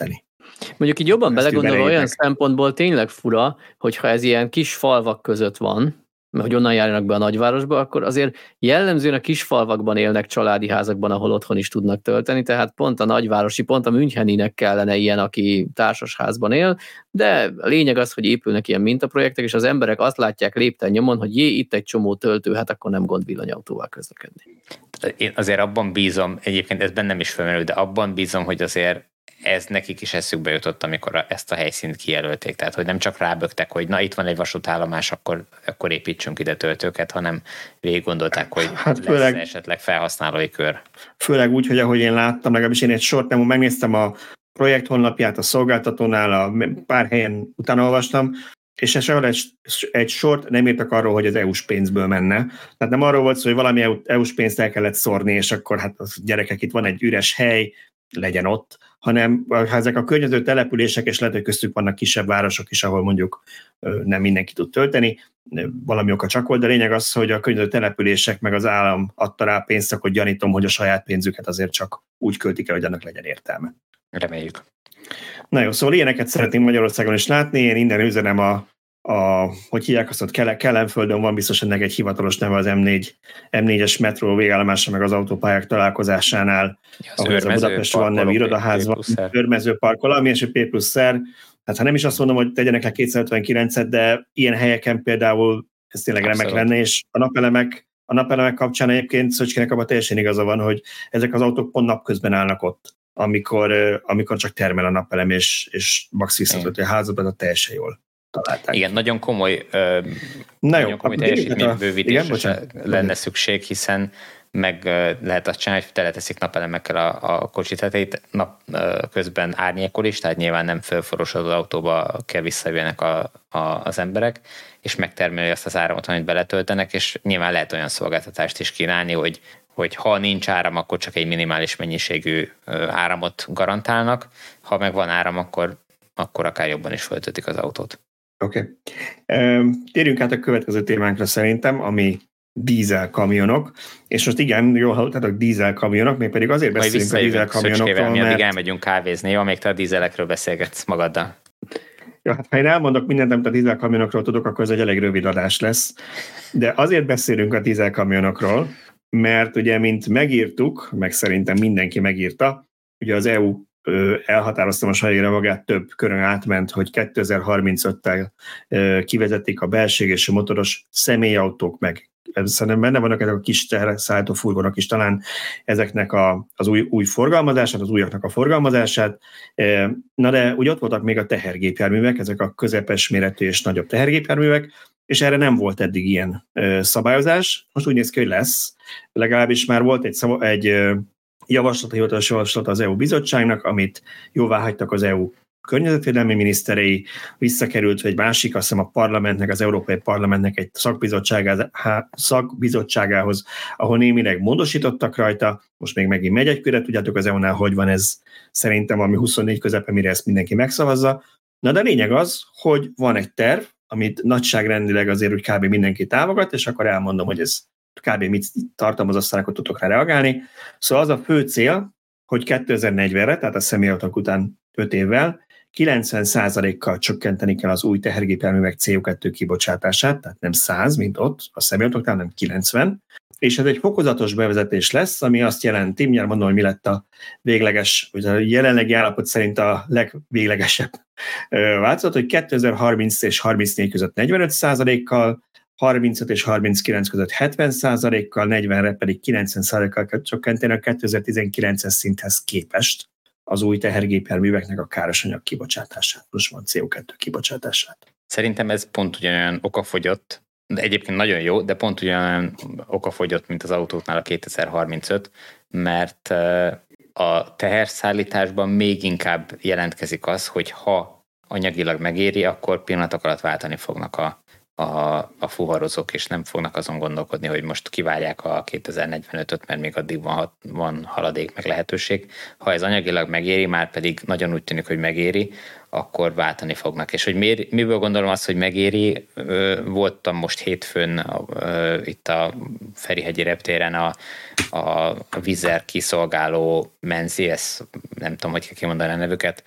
Mondjuk így jobban belegondolva olyan szempontból tényleg fura, hogyha ez ilyen kis falvak között van, mert hogy onnan járnak be a nagyvárosba, akkor azért jellemzően a kis falvakban élnek családi házakban, ahol otthon is tudnak tölteni, tehát pont a nagyvárosi, pont a Müncheninek kellene ilyen, aki társasházban él, de a lényeg az, hogy épülnek ilyen mintaprojektek, és az emberek azt látják lépten nyomon, hogy jé, itt egy csomó töltő, hát akkor nem gond villanyautóval közlekedni. Én azért abban bízom, egyébként ez bennem is felmerül, de abban bízom, hogy azért ez nekik is eszükbe jutott, amikor ezt a helyszínt kijelölték. Tehát, hogy nem csak rábögtek, hogy na itt van egy vasútállomás, akkor, akkor építsünk ide töltőket, hanem végig gondolták, hogy hát lesz főleg, esetleg felhasználói kör. Főleg úgy, hogy ahogy én láttam, legalábbis én egy sort nem megnéztem a projekt honlapját a szolgáltatónál, a pár helyen utána olvastam, és sehol egy, egy sort nem írtak arról, hogy az é u-s pénzből menne. Tehát nem arról volt szó, hogy valami é u-s pénzt el kellett szórni, és akkor hát a gyerekek, itt van egy üres hely, legyen ott, hanem ha ezek a környező települések, és lehet, hogy köztük vannak kisebb városok is, ahol mondjuk nem mindenki tud tölteni, valami oka csak volt, de lényeg az, hogy a környező települések meg az állam adta rá pénzt, akkor gyanítom, hogy a saját pénzüket azért csak úgy költik el, hogy annak legyen értelme. Reméljük. Na jó, szóval ilyeneket szeretném Magyarországon is látni, én innen üzenem a, a hogy hívják azt, hogy Kelenföldön van biztos ennek egy hivatalos neve az em négy, em négyes metró végállomása meg az autópályák találkozásánál, ja, ahol ez a Budapest van, nem irodaház van, körmezőpark, valami, és egy P plusz R. Hát ha nem is azt mondom, hogy tegyenek le kétszázötvenkilencet, de ilyen helyeken például ez tényleg Abszolút. remek lenne, és a napelemek, a napelemek kapcsán egyébként Szöcskének abban teljesen igaza van, hogy ezek az autók pont napközben állnak ott, amikor, amikor csak termel a napelem, és, és max visszatöltő házadban, a teljesen jól találták. Igen, nagyon komoly, uh, nagyon komoly teljesítménybővítésre lenne szükség, hiszen meg lehet azt csinálni, hogy teleteszik napelemekkel a, a kocsi tetejét, nap közben árnyékol is, tehát nyilván nem fölforosodott autóba kell visszajönnek a, a, az emberek, és megtermeli azt az áramot, amit beletöltenek, és nyilván lehet olyan szolgáltatást is kínálni, hogy, hogy ha nincs áram, akkor csak egy minimális mennyiségű áramot garantálnak, ha meg van áram, akkor, akkor akár jobban is föltöltik az autót. Oké. Okay. Térjünk át a következő témánkra szerintem, ami dízelkamionok, és most igen, jól hallottatok, dízelkamionok, még pedig azért beszélünk a dízelkamionokról, mert... addig elmegyünk kávézni, jó, még te a dízelekről beszélgetsz magaddal. Ja, hát ha én elmondok mindent, amit a dízelkamionokról tudok, akkor ez egy elég rövid adás lesz. De azért beszélünk a dízelkamionokról, mert ugye, mint megírtuk, meg szerintem mindenki megírta, ugye az é u elhatározta most helyére magát, több körön átment, hogy kétezer-harmincöttel kivezetik a belség és a motoros személyautók, meg szerintem benne vannak ezek a kis terszállító furgonok is, talán ezeknek a, az új, új forgalmazását, az újaknak a forgalmazását. Na de úgy ott voltak még a tehergépjárművek, ezek a közepes méretű és nagyobb tehergépjárművek, és erre nem volt eddig ilyen szabályozás. Most úgy néz ki, hogy lesz. Legalábbis már volt egy, szava, egy javaslat, hivatalos javaslat az é u bizottságnak, amit jóvá hagytak az é u környezetvédelmi miniszterei, visszakerült egy másik, azt hiszem a parlamentnek, az Európai Parlamentnek egy szakbizottságához, ahol némileg módosítottak rajta, most még megint megy egy köre, tudjátok az é u-nál, hogy van ez szerintem, ami huszonnégy közepe, mire ezt mindenki megszavazza. Na de a lényeg az, hogy van egy terv, amit nagyságrendileg azért úgy kb. Mindenki támogat, és akkor elmondom, hogy ez kb. Mit tartalmaz, aztán akkor tudtok rá reagálni. Szóval az a fő cél, hogy kétezer-negyvenre, tehát a személyautók után öt évvel, kilencven százalékkal csökkenteni kell az új tehergépjárművek cé o kettő kibocsátását, tehát nem száz, mint ott a személyautóknál, hanem kilencven, és ez egy fokozatos bevezetés lesz, ami azt jelenti, mindjárt mondom, hogy mi lett a végleges, vagy a jelenlegi állapot szerint a legvéglegesebb változat, hogy kétezer-harminc és harmincnégy között negyvenöt százalékkal, harmincöt és harminckilenc között hetven százalékkal, negyvenre pedig kilencven százalékkal kell csökkenteni a kétezer-tizenkilences szinthez képest az új tehergépjárműveknek a károsanyag kibocsátását, most van cé o kettő kibocsátását. Szerintem ez pont ugyanolyan okafogyott, de egyébként nagyon jó, de pont ugyanolyan okafogyott, mint az autóknál a kétezer-harmincöt, mert a teherszállításban még inkább jelentkezik az, hogy ha anyagilag megéri, akkor pillanatok alatt váltani fognak a A, a fuvarozók, és nem fognak azon gondolkodni, hogy most kivárják a kétezer-negyvenötöt, mert még addig van, van haladék, meg lehetőség. Ha ez anyagilag megéri, már pedig nagyon úgy tűnik, hogy megéri, akkor váltani fognak. És hogy miért, miből gondolom azt, hogy megéri, voltam most hétfőn itt a Ferihegyi reptéren a, a Vizer kiszolgáló Menzi, ezt nem tudom, hogy kell kimondani a nevüket,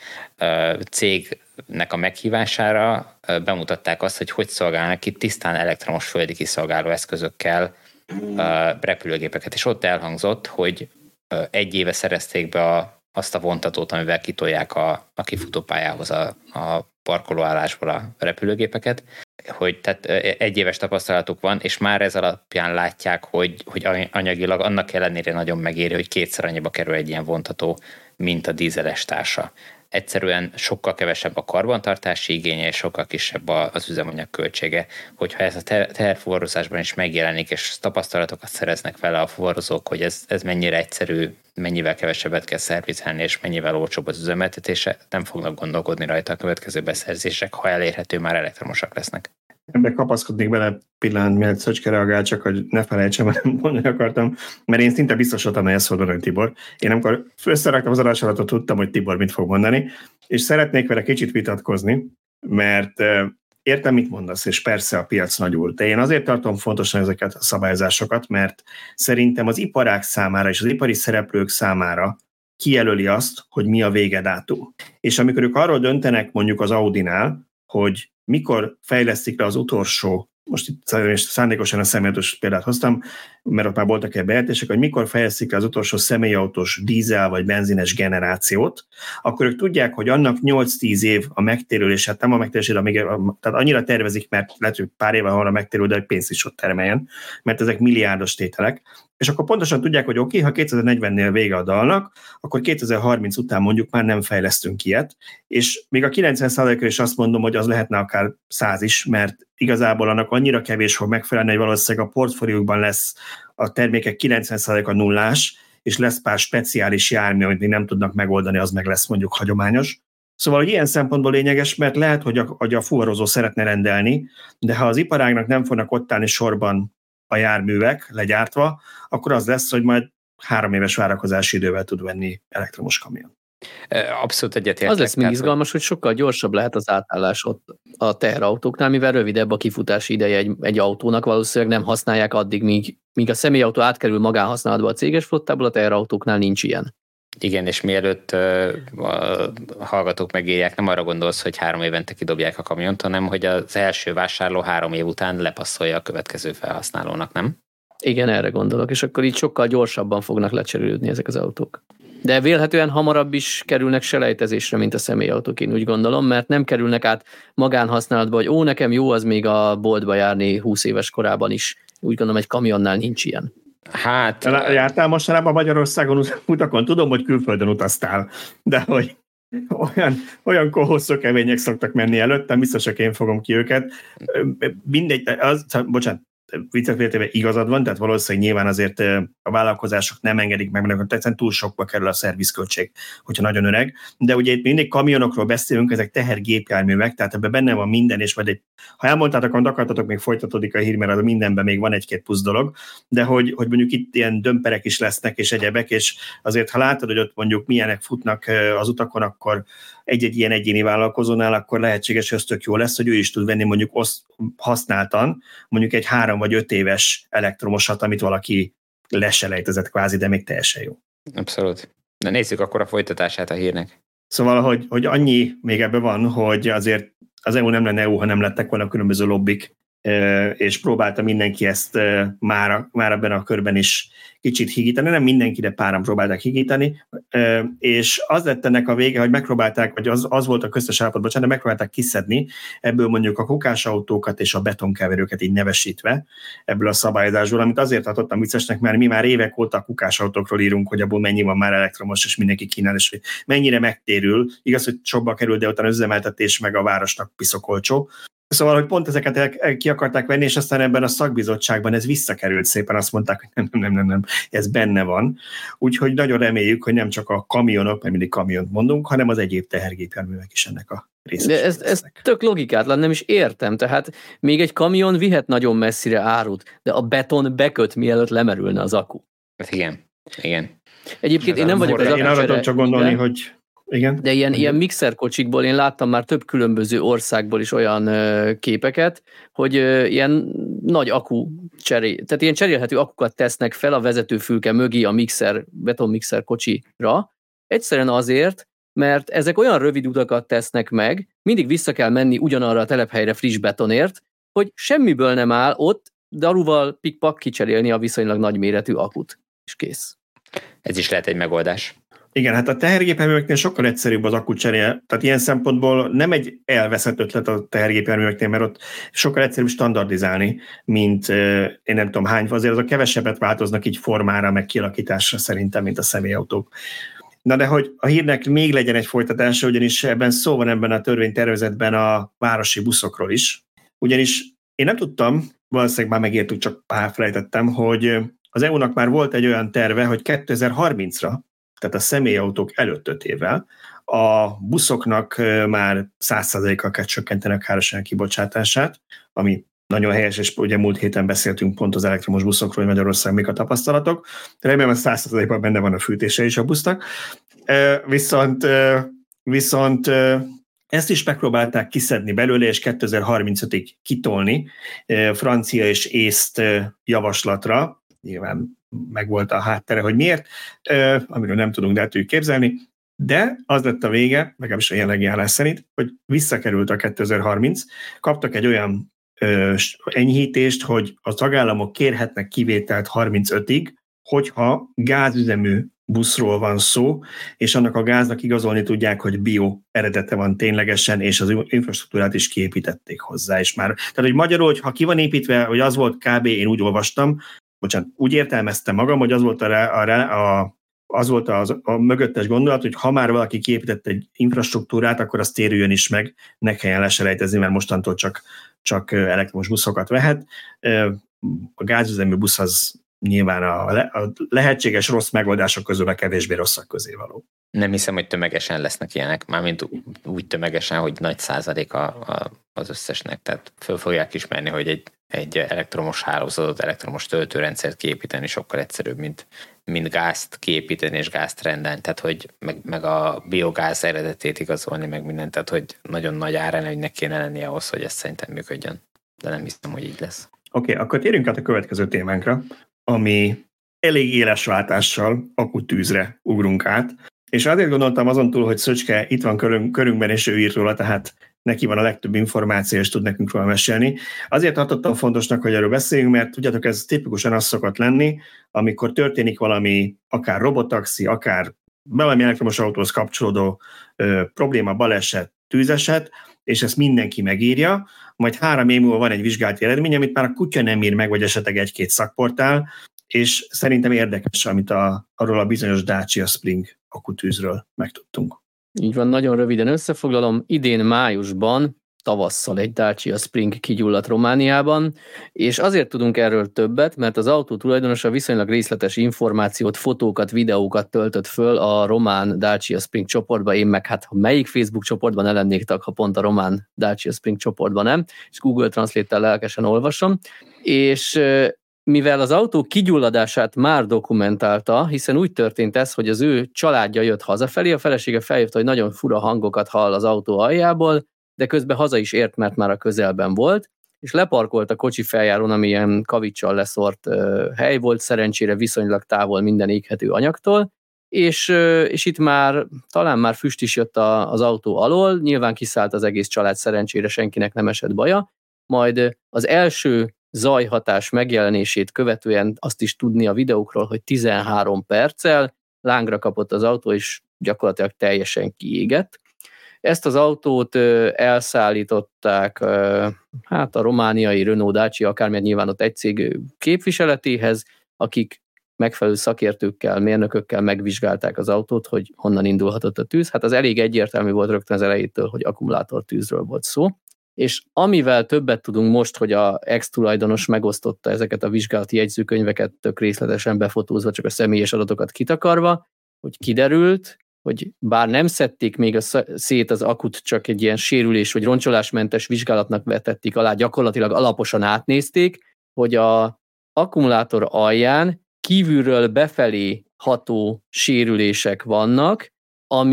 cégnek a meghívására bemutatták azt, hogy hogy szolgálnak itt tisztán elektromos földi kiszolgáló eszközökkel repülőgépeket. És ott elhangzott, hogy egy éve szerezték be a azt a vontatót, amivel kitolják a, a kifutópályához a, a parkolóállásból a repülőgépeket, hogy tehát egy éves tapasztalatuk van, és már ez alapján látják, hogy, hogy anyagilag annak ellenére nagyon megéri, hogy kétszer annyiba kerül egy ilyen vontató, mint a dízeles társa. Egyszerűen sokkal kevesebb a karbantartási igénye, és sokkal kisebb az üzemanyag költsége. Hogyha ez a teherfuvarozásban is megjelenik, és tapasztalatokat szereznek vele a fuvarozók, hogy ez, ez mennyire egyszerű, mennyivel kevesebbet kell szervizelni, és mennyivel olcsóbb az üzemeltetése, nem fognak gondolkodni rajta a következő beszerzések, ha elérhető, már elektromosak lesznek. Ebben kapaszkodnék bele pillanat, mielőtt Szöcske reagál, csak hogy ne felejtsem, mert mondani akartam, mert én szinte biztos voltam, hogy ezt fog mondani Tibor. Én amikor összeraktam az adás alatt, tudtam, hogy Tibor mit fog mondani, és szeretnék vele kicsit vitatkozni, mert értem, mit mondasz, és persze a piac nagy úr, de én azért tartom fontosan ezeket a szabályozásokat, mert szerintem az iparág számára és az ipari szereplők számára kijelöli azt, hogy mi a végedátum. És amikor ők arról döntenek, mondjuk az Audinál, hogy mikor fejlesztik le az utolsó, most itt szándékosan a személyautós példát hoztam, mert ott már voltak egy bejelentések, hogy mikor fejlesztik le az utolsó személyautós dízel vagy benzines generációt, akkor ők tudják, hogy annak nyolc-tíz év a megtérülés, hát nem a megtérülés, de még, tehát annyira tervezik, mert lehet, hogy pár éve arra megtérül, de hogy pénzt is ott termeljen, mert ezek milliárdos tételek, és akkor pontosan tudják, hogy oké, okay, ha kétezer-negyvennél vége a dalnak, akkor kétezer-harminc után mondjuk már nem fejlesztünk ilyet, és még a kilencven százalékra is azt mondom, hogy az lehetne akár száz is, mert igazából annak annyira kevés fog megfelelni, hogy valószínűleg a portfóliókban lesz a termékek kilencven százaléka nullás, és lesz pár speciális jármű, amit még nem tudnak megoldani, az meg lesz mondjuk hagyományos. Szóval, hogy ilyen szempontból lényeges, mert lehet, hogy a, hogy a fuvarozó szeretne rendelni, de ha az iparágnak nem fognak ott állni sorban a járművek legyártva, akkor az lesz, hogy majd három éves várakozási idővel tud venni elektromos kamion. Abszolút egyetértek. Az lesz még izgalmas, hogy sokkal gyorsabb lehet az átállás ott a teherautóknál, mivel rövidebb a kifutási ideje egy, egy autónak, valószínűleg nem használják addig, míg, míg a személyautó átkerül magánhasználatba a céges flottából, a teherautóknál nincs ilyen. Igen, és mielőtt uh, a hallgatók megírják, nem arra gondolsz, hogy három évente kidobják a kamiont, hanem hogy az első vásárló három év után lepasszolja a következő felhasználónak, nem? Igen, erre gondolok, és akkor így sokkal gyorsabban fognak lecserélődni ezek az autók. De vélhetően hamarabb is kerülnek selejtezésre, mint a személyautók, én úgy gondolom, mert nem kerülnek át magánhasználatba, hogy ó, nekem jó az még a boltba járni húsz éves korában is. Úgy gondolom, egy kamionnál nincs ilyen. Hát... Jártál mostanában Magyarországon utakon? Tudom, hogy külföldön utaztál, de hogy olyan, olyan hosszú kemények szoktak menni előttem, biztos, hogy én fogom ki őket. Mindegy, az, bocsánat, viccet féltéve igazad van, tehát valószínűleg nyilván azért a vállalkozások nem engedik meg, mert egyszerűen túl sokba kerül a szervizköltség, hogyha nagyon öreg. De ugye itt mindig kamionokról beszélünk, ezek tehergépjárművek, tehát ebben benne van minden, és majd egy, ha elmondtátok, amit akartatok, még folytatódik a hír, mert az mindenben még van egy-két plusz dolog, de hogy, hogy mondjuk itt ilyen dömperek is lesznek, és egyebek, és azért, ha látod, hogy ott mondjuk milyenek futnak az utakon, akkor egy-egy ilyen egyéni vállalkozónál, akkor lehetséges, hogy az tök jó lesz, hogy ő is tud venni mondjuk oszt, használtan, mondjuk egy három vagy öt éves elektromosat, amit valaki leselejtezett kvázi, de még teljesen jó. Abszolút. De nézzük akkor a folytatását a hírnek. Szóval, hogy, hogy annyi még ebben van, hogy azért az é u nem lenne é u, ha nem lettek volna különböző lobbik, és próbálta mindenki ezt már, már ebben a körben is kicsit higítani, nem mindenki, de páran próbálták higítani, és az lett ennek a vége, hogy megpróbálták, vagy az, az volt a köztes állapot, bocsánat, de megpróbálták kiszedni ebből mondjuk a kukásautókat és a betonkeverőket így nevesítve ebből a szabályozásból, amit azért tartottam viccesnek, mert mi már évek óta a kukásautókról írunk, hogy abból mennyi van már elektromos, és mindenki kínál, és mennyire megtérül. Igaz, hogy sokba kerül, de utána az üzemeltetés meg a városnak piszok olcsó. Szóval, hogy pont ezeket el, el, ki akarták venni, és aztán ebben a szakbizottságban ez visszakerült szépen, azt mondták, hogy nem, nem, nem, nem, ez benne van. Úgyhogy nagyon reméljük, hogy nem csak a kamionok, mert mindig kamiont mondunk, hanem az egyéb tehergépjárművek is ennek a részesek. De ez, ez tök logikátlan, nem is értem. Tehát még egy kamion vihet nagyon messzire árut, de a beton beköt, mielőtt lemerülne az akku. Hát igen, igen. Egyébként én nem vagyok az Én arra tudom csak gondolni, hogy Igen. De ilyen, ilyen mixerkocsikból én láttam már több különböző országból is olyan ö, képeket, hogy ö, ilyen nagy akku cserél, tehát ilyen cserélhető akukat tesznek fel a vezetőfülke mögé a mixer, betonmixer kocsira. Egyszerűen azért, mert ezek olyan rövid utakat tesznek meg, mindig vissza kell menni ugyanarra a telephelyre friss betonért, hogy semmiből nem áll ott daruval pikpak kicserélni a viszonylag nagyméretű akut, és kész. Ez is lehet egy megoldás. Igen, hát a tehergépjárműveknél sokkal egyszerűbb az akkucserél, tehát ilyen szempontból nem egy elveszett ötlet a tehergépjárműveknél, mert ott sokkal egyszerűbb standardizálni, mint én nem tudom hány, azért azok kevesebbet változnak így formára, meg kialakításra szerintem, mint a személyautók. Na de hogy a hírnek még legyen egy folytatása, ugyanis ebben szó van ebben a törvénytervezetben a városi buszokról is. Ugyanis én nem tudtam, valószínűleg már megértük, csak elfelejtettem, hogy az é u-nak már volt egy olyan terve, hogy kétezer-harmincra, tehát a személyautók előtt öt évvel, a buszoknak már száz százalékkal kell csökkentenek a károsanyag kibocsátását, ami nagyon helyes, és ugye múlt héten beszéltünk pont az elektromos buszokról, hogy Magyarország mik a tapasztalatok. Remélem, hogy száz százalékban benne van a fűtése is a busznak. Viszont, viszont ezt is megpróbálták kiszedni belőle, és kétezer-harmincötig kitolni francia és észt javaslatra. Nyilván megvolt a háttere, hogy miért, amiről nem tudunk, de el tudjuk képzelni. De az lett a vége, legalábbis a jelenlegi állás szerint, hogy visszakerült a kétezer-harminc, kaptak egy olyan ö, enyhítést, hogy a tagállamok kérhetnek kivételt harmincötig, hogyha gázüzemű buszról van szó, és annak a gáznak igazolni tudják, hogy bio eredete van ténylegesen, és az infrastruktúrát is kiépítették hozzá. És már, tehát, hogy magyarul, hogy ha ki van építve, hogy az volt kb. Én úgy olvastam, bocsánat, úgy értelmeztem magam, hogy az volt a, a, a az volt az, a mögöttes gondolat, hogy ha már valaki kiépített egy infrastruktúrát, akkor azt térüljön is meg, ne kelljen leselejtezni, mert mostantól csak, csak elektromos buszokat vehet. A gázüzemű busz az nyilván a, le, a lehetséges rossz megoldások közül a kevésbé rosszak közé való. Nem hiszem, hogy tömegesen lesznek ilyenek, mármint úgy tömegesen, hogy nagy százalék a, a, az összesnek, tehát föl fogják ismerni, hogy egy, egy elektromos hálózatot, elektromos töltőrendszert kiépíteni sokkal egyszerűbb, mint, mint gázt kiépíteni és gázt rendelni, tehát hogy meg, meg a biogáz eredetét igazolni, meg mindent, tehát hogy nagyon nagy árelőnynek kéne lennie ahhoz, hogy ez szerintem működjön, de nem hiszem, hogy így lesz. Oké, okay, akkor térjünk át a következő témánkra, ami elég éles váltással akutűzre ugrunk át, és azért gondoltam azon túl, hogy Szöcske itt van körünk, körünkben, és ő írt róla, tehát neki van a legtöbb információ, és tud nekünk róla mesélni. Azért tartottam fontosnak, hogy erről beszéljünk, mert tudjátok, ez tipikusan az szokott lenni, amikor történik valami, akár robotaxi, akár valami elektromos autóhoz kapcsolódó ö, probléma, baleset, tűzeset, és ezt mindenki megírja, majd három év múlva van egy vizsgálati eredmény, amit már a kutya nem ír meg, vagy esetleg egy-két szakportál, és szerintem érdekes, amit a, arról a bizonyos Dacia Spring akutűzről megtudtunk. Így van, nagyon röviden összefoglalom. Idén májusban, tavasszal egy Dacia Spring kigyulladt Romániában, és azért tudunk erről többet, mert az autó tulajdonosa viszonylag részletes információt, fotókat, videókat töltött föl a román Dacia Spring csoportba, én meg hát ha melyik Facebook csoportban ne lennék tag, ha pont a román Dacia Spring csoportban nem, és Google Translate-tel lelkesen olvasom, és mivel az autó kigyulladását már dokumentálta, hiszen úgy történt ez, hogy az ő családja jött hazafelé, a felesége feljött, hogy nagyon fura hangokat hall az autó aljából, de közben haza is ért, mert már a közelben volt, és leparkolt a kocsi feljárón, ami ilyen kavicsal leszort uh, hely volt, szerencsére viszonylag távol minden éghető anyagtól, és, uh, és itt már talán már füst is jött a, az autó alól, nyilván kiszállt az egész család, szerencsére senkinek nem esett baja, majd az első zajhatás megjelenését követően azt is tudni a videókról, hogy tizenhárom perccel lángra kapott az autó, és gyakorlatilag teljesen kiégett. Ezt az autót elszállították hát a romániai Renault Dacia, akármilyen nyilván ott egy cég képviseletéhez, akik megfelelő szakértőkkel, mérnökökkel megvizsgálták az autót, hogy honnan indulhatott a tűz. Hát az elég egyértelmű volt rögtön az elejétől, hogy akkumulátortűzről volt szó. És amivel többet tudunk most, hogy a ex-tulajdonos megosztotta ezeket a vizsgálati jegyzőkönyveket tök részletesen befotózva, csak a személyes adatokat kitakarva, hogy kiderült, hogy bár nem szedték még a szét az akut, csak egy ilyen sérülés vagy roncsolásmentes vizsgálatnak vetették alá, gyakorlatilag alaposan átnézték, hogy a akkumulátor alján kívülről befelé ható sérülések vannak, ami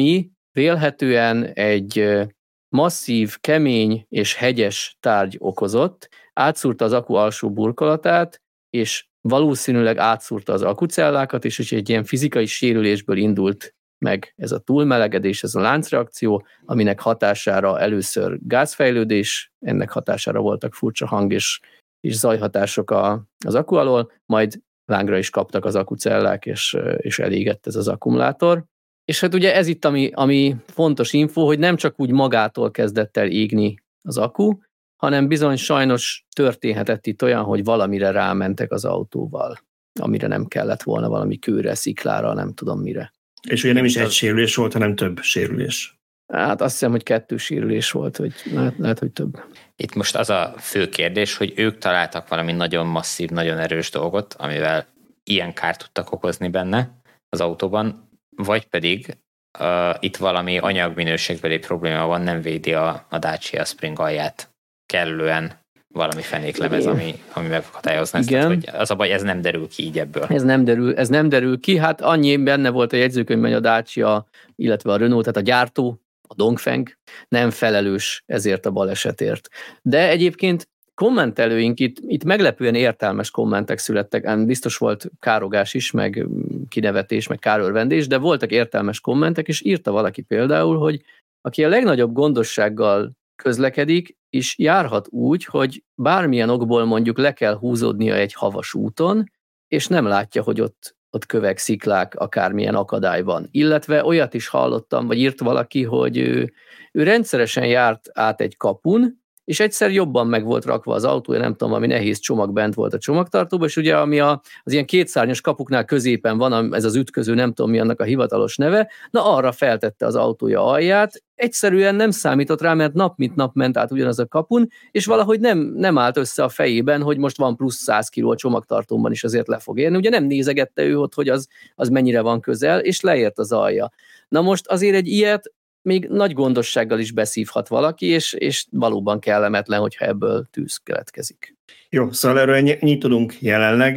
vélhetően egy masszív, kemény és hegyes tárgy okozott, átszúrta az akku alsó burkolatát, és valószínűleg átszúrta az akkucellákat, és egy ilyen fizikai sérülésből indult meg ez a túlmelegedés, ez a láncreakció, aminek hatására először gázfejlődés, ennek hatására voltak furcsa hang és, és zajhatások a, az akku alól, majd lángra is kaptak az akkucellák, és, és elégett ez az akkumulátor. És hát ugye ez itt, ami, ami fontos info, hogy nem csak úgy magától kezdett el égni az akku, hanem bizony sajnos történhetett itt olyan, hogy valamire rámentek az autóval, amire nem kellett volna, valami kőre, sziklára, nem tudom mire. És ugye nem is egy sérülés volt, hanem több sérülés. Hát azt hiszem, hogy kettő sérülés volt, vagy lehet, lehet, hogy több. Itt most az a fő kérdés, hogy ők találtak valami nagyon masszív, nagyon erős dolgot, amivel ilyen kárt tudtak okozni benne az autóban, vagy pedig uh, itt valami anyagminőségbeli probléma van, nem védi a, a Dacia Spring alját kellően valami fenéklemez, ami, ami megakadályozna ezt. Tehát, hogy az a baj, ez nem derül ki így ebből. Ez nem derül, ez nem derül ki, hát annyi benne volt a jegyzőkönyvben, hogy a Dacia, illetve a Renault, tehát a gyártó, a Dongfeng nem felelős ezért a balesetért. De egyébként kommentelőink itt, itt meglepően értelmes kommentek születtek, biztos volt károgás is, meg kinevetés, meg kárörvendés, de voltak értelmes kommentek, és írta valaki például, hogy aki a legnagyobb gondossággal közlekedik, és járhat úgy, hogy bármilyen okból mondjuk le kell húzódnia egy havas úton, és nem látja, hogy ott, ott kövek, sziklák, akármilyen akadály van. Illetve olyat is hallottam, vagy írt valaki, hogy ő, ő rendszeresen járt át egy kapun, és egyszer jobban meg volt rakva az autója, nem tudom, valami nehéz csomag bent volt a csomagtartóban, és ugye ami a, az ilyen kétszárnyas kapuknál középen van, ez az ütköző, nem tudom mi annak a hivatalos neve, na arra feltette az autója alját, egyszerűen nem számított rá, mert nap mint nap ment át ugyanaz a kapun, és valahogy nem, nem állt össze a fejében, hogy most van plusz száz kiló a csomagtartóban is, azért le fog érni. Ugye nem nézegette ő ott, hogy az, az mennyire van közel, és leért az alja. Na most azért egy ilyet még nagy gondossággal is beszívhat valaki, és, és valóban kellemetlen, hogyha ebből tűz keletkezik. Jó, szóval erről ennyit tudunk jelenleg.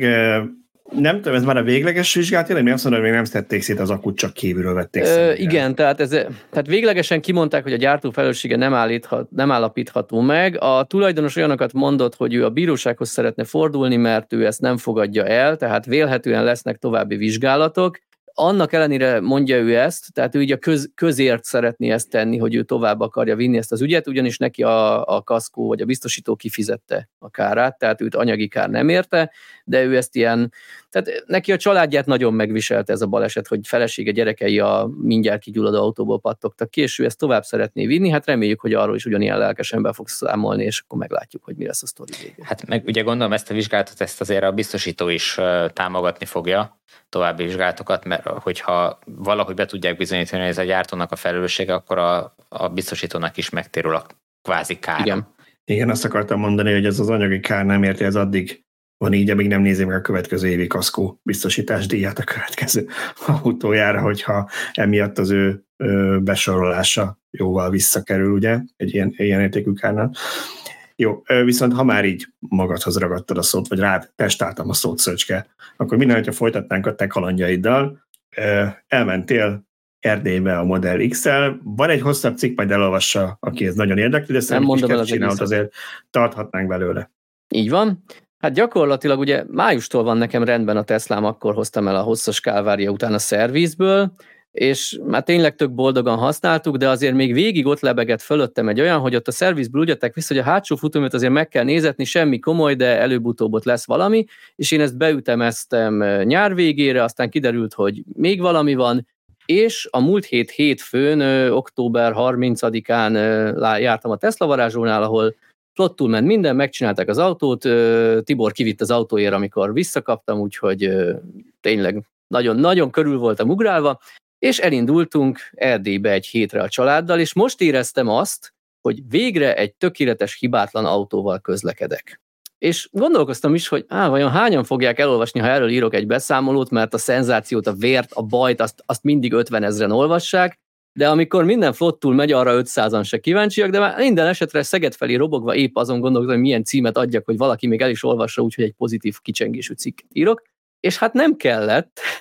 Nem tudom, ez már a végleges vizsgálat, én azt mondom, hogy még nem tették szét az akut, csak kívülről vették szét. Igen, tehát, ez, tehát véglegesen kimondták, hogy a gyártó felelőssége nem, állíthat, nem állapítható meg. A tulajdonos olyanokat mondott, hogy ő a bírósághoz szeretne fordulni, mert ő ezt nem fogadja el, tehát vélhetően lesznek további vizsgálatok. Annak ellenére mondja ő ezt, tehát ő így a köz, közért szeretné ezt tenni, hogy ő tovább akarja vinni ezt az ügyet, ugyanis neki a, a kaszkó vagy a biztosító kifizette a kárát, tehát őt anyagi kár nem érte, de ő ezt ilyen, tehát neki a családját nagyon megviselte ez a baleset, hogy felesége, gyerekei a mindjárt kigyulladó autóból pattogtak ki, és ő ezt tovább szeretné vinni, hát reméljük, hogy arról is ugyanilyen lelkesen be fog számolni, és akkor meglátjuk, hogy mi lesz a sztori vége. Hát meg ugye gondolom ezt a vizsgálatot, ezt azért a biztosító is támogatni fogja, további vizsgálatokat, mert hogyha valahogy be tudják bizonyítani, hogy ez a gyártónak a felelőssége, akkor a, a biztosítónak is megtérül a kvázi kár. Igen. Igen, azt akartam mondani, hogy ez az anyagi kár nem érti, ez addig van így, amíg nem nézi meg a következő évi kaszkó biztosítás díját a következő autójára, hogyha emiatt az ő besorolása jóval visszakerül, ugye, egy ilyen, ilyen értékű kárnál. Jó, viszont ha már így magadhoz ragadtad a szót, vagy rád testáltam a szót, Szöcske, akkor minden, hogyha folytatnánk a te kalandjaiddal, elmentél Erdélybe a Model X-el, van egy hosszabb cikk, majd elolvassa, aki ez nagyon érdekli, de szerintem is csinált, azért tarthatnánk belőle. Így van. Hát gyakorlatilag ugye májustól van nekem rendben a Teslám, akkor hoztam el a hosszas kálvária után a szervizből, és már tényleg tök boldogan használtuk, de azért még végig ott lebegett fölöttem egy olyan, hogy ott a szervizből úgy jöttek vissza, hogy a hátsó futóművet azért meg kell nézetni, semmi komoly, de előbb-utóbb ott lesz valami, és én ezt beütemeztem nyár végére, aztán kiderült, hogy még valami van, és a múlt hét hétfőn, október harmincadikán jártam a Tesla varázslónál, ahol flottul ment minden, megcsinálták az autót, Tibor kivitt az autóért, amikor visszakaptam, úgyhogy tényleg nagyon-nagyon körül voltam ugrálva, és elindultunk Erdélybe egy hétre a családdal, és most éreztem azt, hogy végre egy tökéletes, hibátlan autóval közlekedek. És gondolkoztam is, hogy á, vajon hányan fogják elolvasni, ha erről írok egy beszámolót, mert a szenzációt, a vért, a bajt, azt, azt mindig ötvenezren olvassák, de amikor minden flottul megy, arra ötszázan se kíváncsiak, de már minden esetre Szeged felé robogva épp azon gondolkozom, hogy milyen címet adjak, hogy valaki még el is olvassa, úgyhogy egy pozitív kicsengésű cikket írok. És hát nem kellett,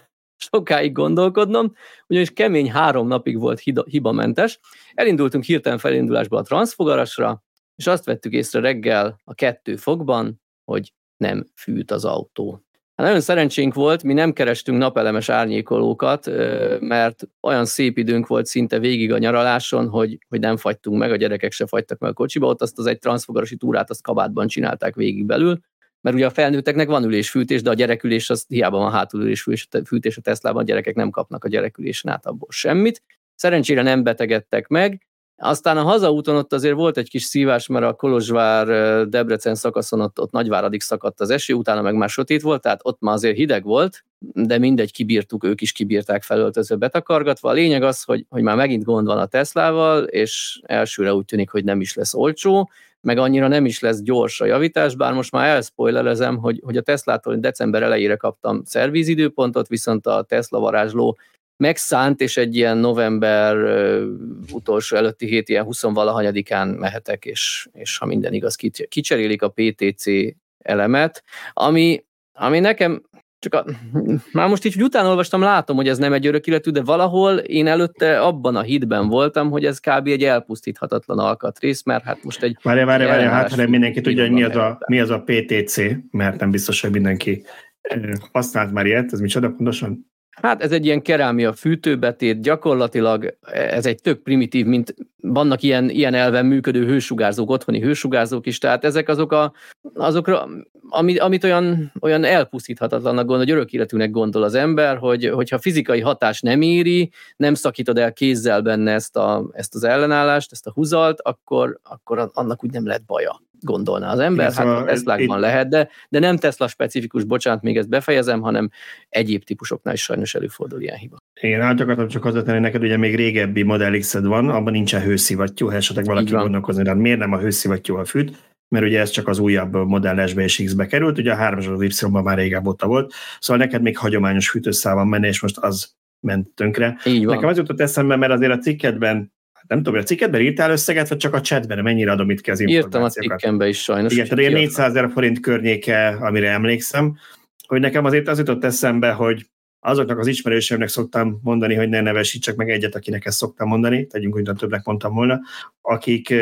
sokáig gondolkodnom, ugyanis kemény három napig volt hibamentes. Elindultunk hirtelen felindulásba a Transfogarasra, és azt vettük észre reggel a kettő fokban, hogy nem fűt az autó. Hát nagyon szerencsénk volt, mi nem kerestünk napelemes árnyékolókat, mert olyan szép időnk volt szinte végig a nyaraláson, hogy, hogy nem fagytunk meg, a gyerekek se fagytak meg a kocsiba, ott azt az egy transzfogarasi túrát azt kabátban csinálták végig belül, mert ugye a felnőtteknek van ülésfűtés, de a gyerekülés az hiába van hátulülésfűtés a Teslában, a gyerekek nem kapnak a gyerekülésen át abból semmit. Szerencsére nem betegedtek meg. Aztán a hazaúton ott azért volt egy kis szívás, mert a Kolozsvár-Debrecen szakaszon ott, ott Nagyváradig szakadt az eső, utána meg már sötét volt, tehát ott már azért hideg volt, de mindegy, kibírtuk, ők is kibírták felöltözve betakargatva. A lényeg az, hogy, hogy már megint gond van a Teslával, és elsőre úgy tűnik, hogy nem is lesz olcsó, meg annyira nem is lesz gyors a javítás, bár most már elspoilerezem, hogy, hogy a Teslától december elejére kaptam szervízidőpontot, viszont a Tesla varázsló megszánt, és egy ilyen november uh, utolsó előtti hét, ilyen huszonvalahanyadikán mehetek, és, és ha minden igaz, kicserélik a pé té cé elemet, ami, ami nekem csak a, már most így, hogy utána olvastam, látom, hogy ez nem egy örök életű, de valahol én előtte abban a hitben voltam, hogy ez kb. Egy elpusztíthatatlan alkatrész, mert hát most egy... Várja, várja, várja, hát hanem mindenki tudja, hogy mi az, a, mi az a pé té cé, mert nem biztos, hogy mindenki használt már ilyet, ez micsoda pontosan? Hát ez egy ilyen kerámia fűtőbetét, gyakorlatilag ez egy tök primitív, mint vannak ilyen, ilyen elven működő hősugárzók, otthoni hősugárzók is, tehát ezek azok a, azokra, amit, amit olyan, olyan elpusztíthatatlannak gondol, hogy örök életűnek gondol az ember, hogy, hogyha fizikai hatás nem éri, nem szakítod el kézzel benne ezt, a, ezt az ellenállást, ezt a húzalt, akkor, akkor annak úgy nem lehet baja, gondolná az ember. Igen, hát szóval a Teslákban itt... lehet, de, de nem Tesla specifikus, bocsánat, még ezt befejezem, hanem egyéb típusoknál is sajnos előfordul ilyen hiba. Igen, át akartam csak hozzá tenni, neked ugye még régebbi Model X-ed van, abban nincsen hőszivattyú, ha esetleg valaki gondolkozni, de miért nem a hőszivattyúval fűt, mert ugye ez csak az újabb Model S-be és X-be került, ugye a hármas az Y-ban már régebb ott volt, szóval neked még hagyományos fűtőszál van menne, és most az ment tönkre. Nekem az jutott eszembe, mert azért a cikkedben, nem tudom, a cikkedben írtál összeget, vagy csak a chatben, mennyire adom itt ki az információkat? Írtam a cikkembe is sajnos. Igen, tehát ilyen négyszázezer forint környéke, amire emlékszem, hogy nekem azért az jutott eszembe, hogy azoknak az ismerőseimnek szoktam mondani, hogy ne nevesítsek meg egyet, akinek ezt szoktam mondani, tegyünk úgy, többnek mondtam volna, akik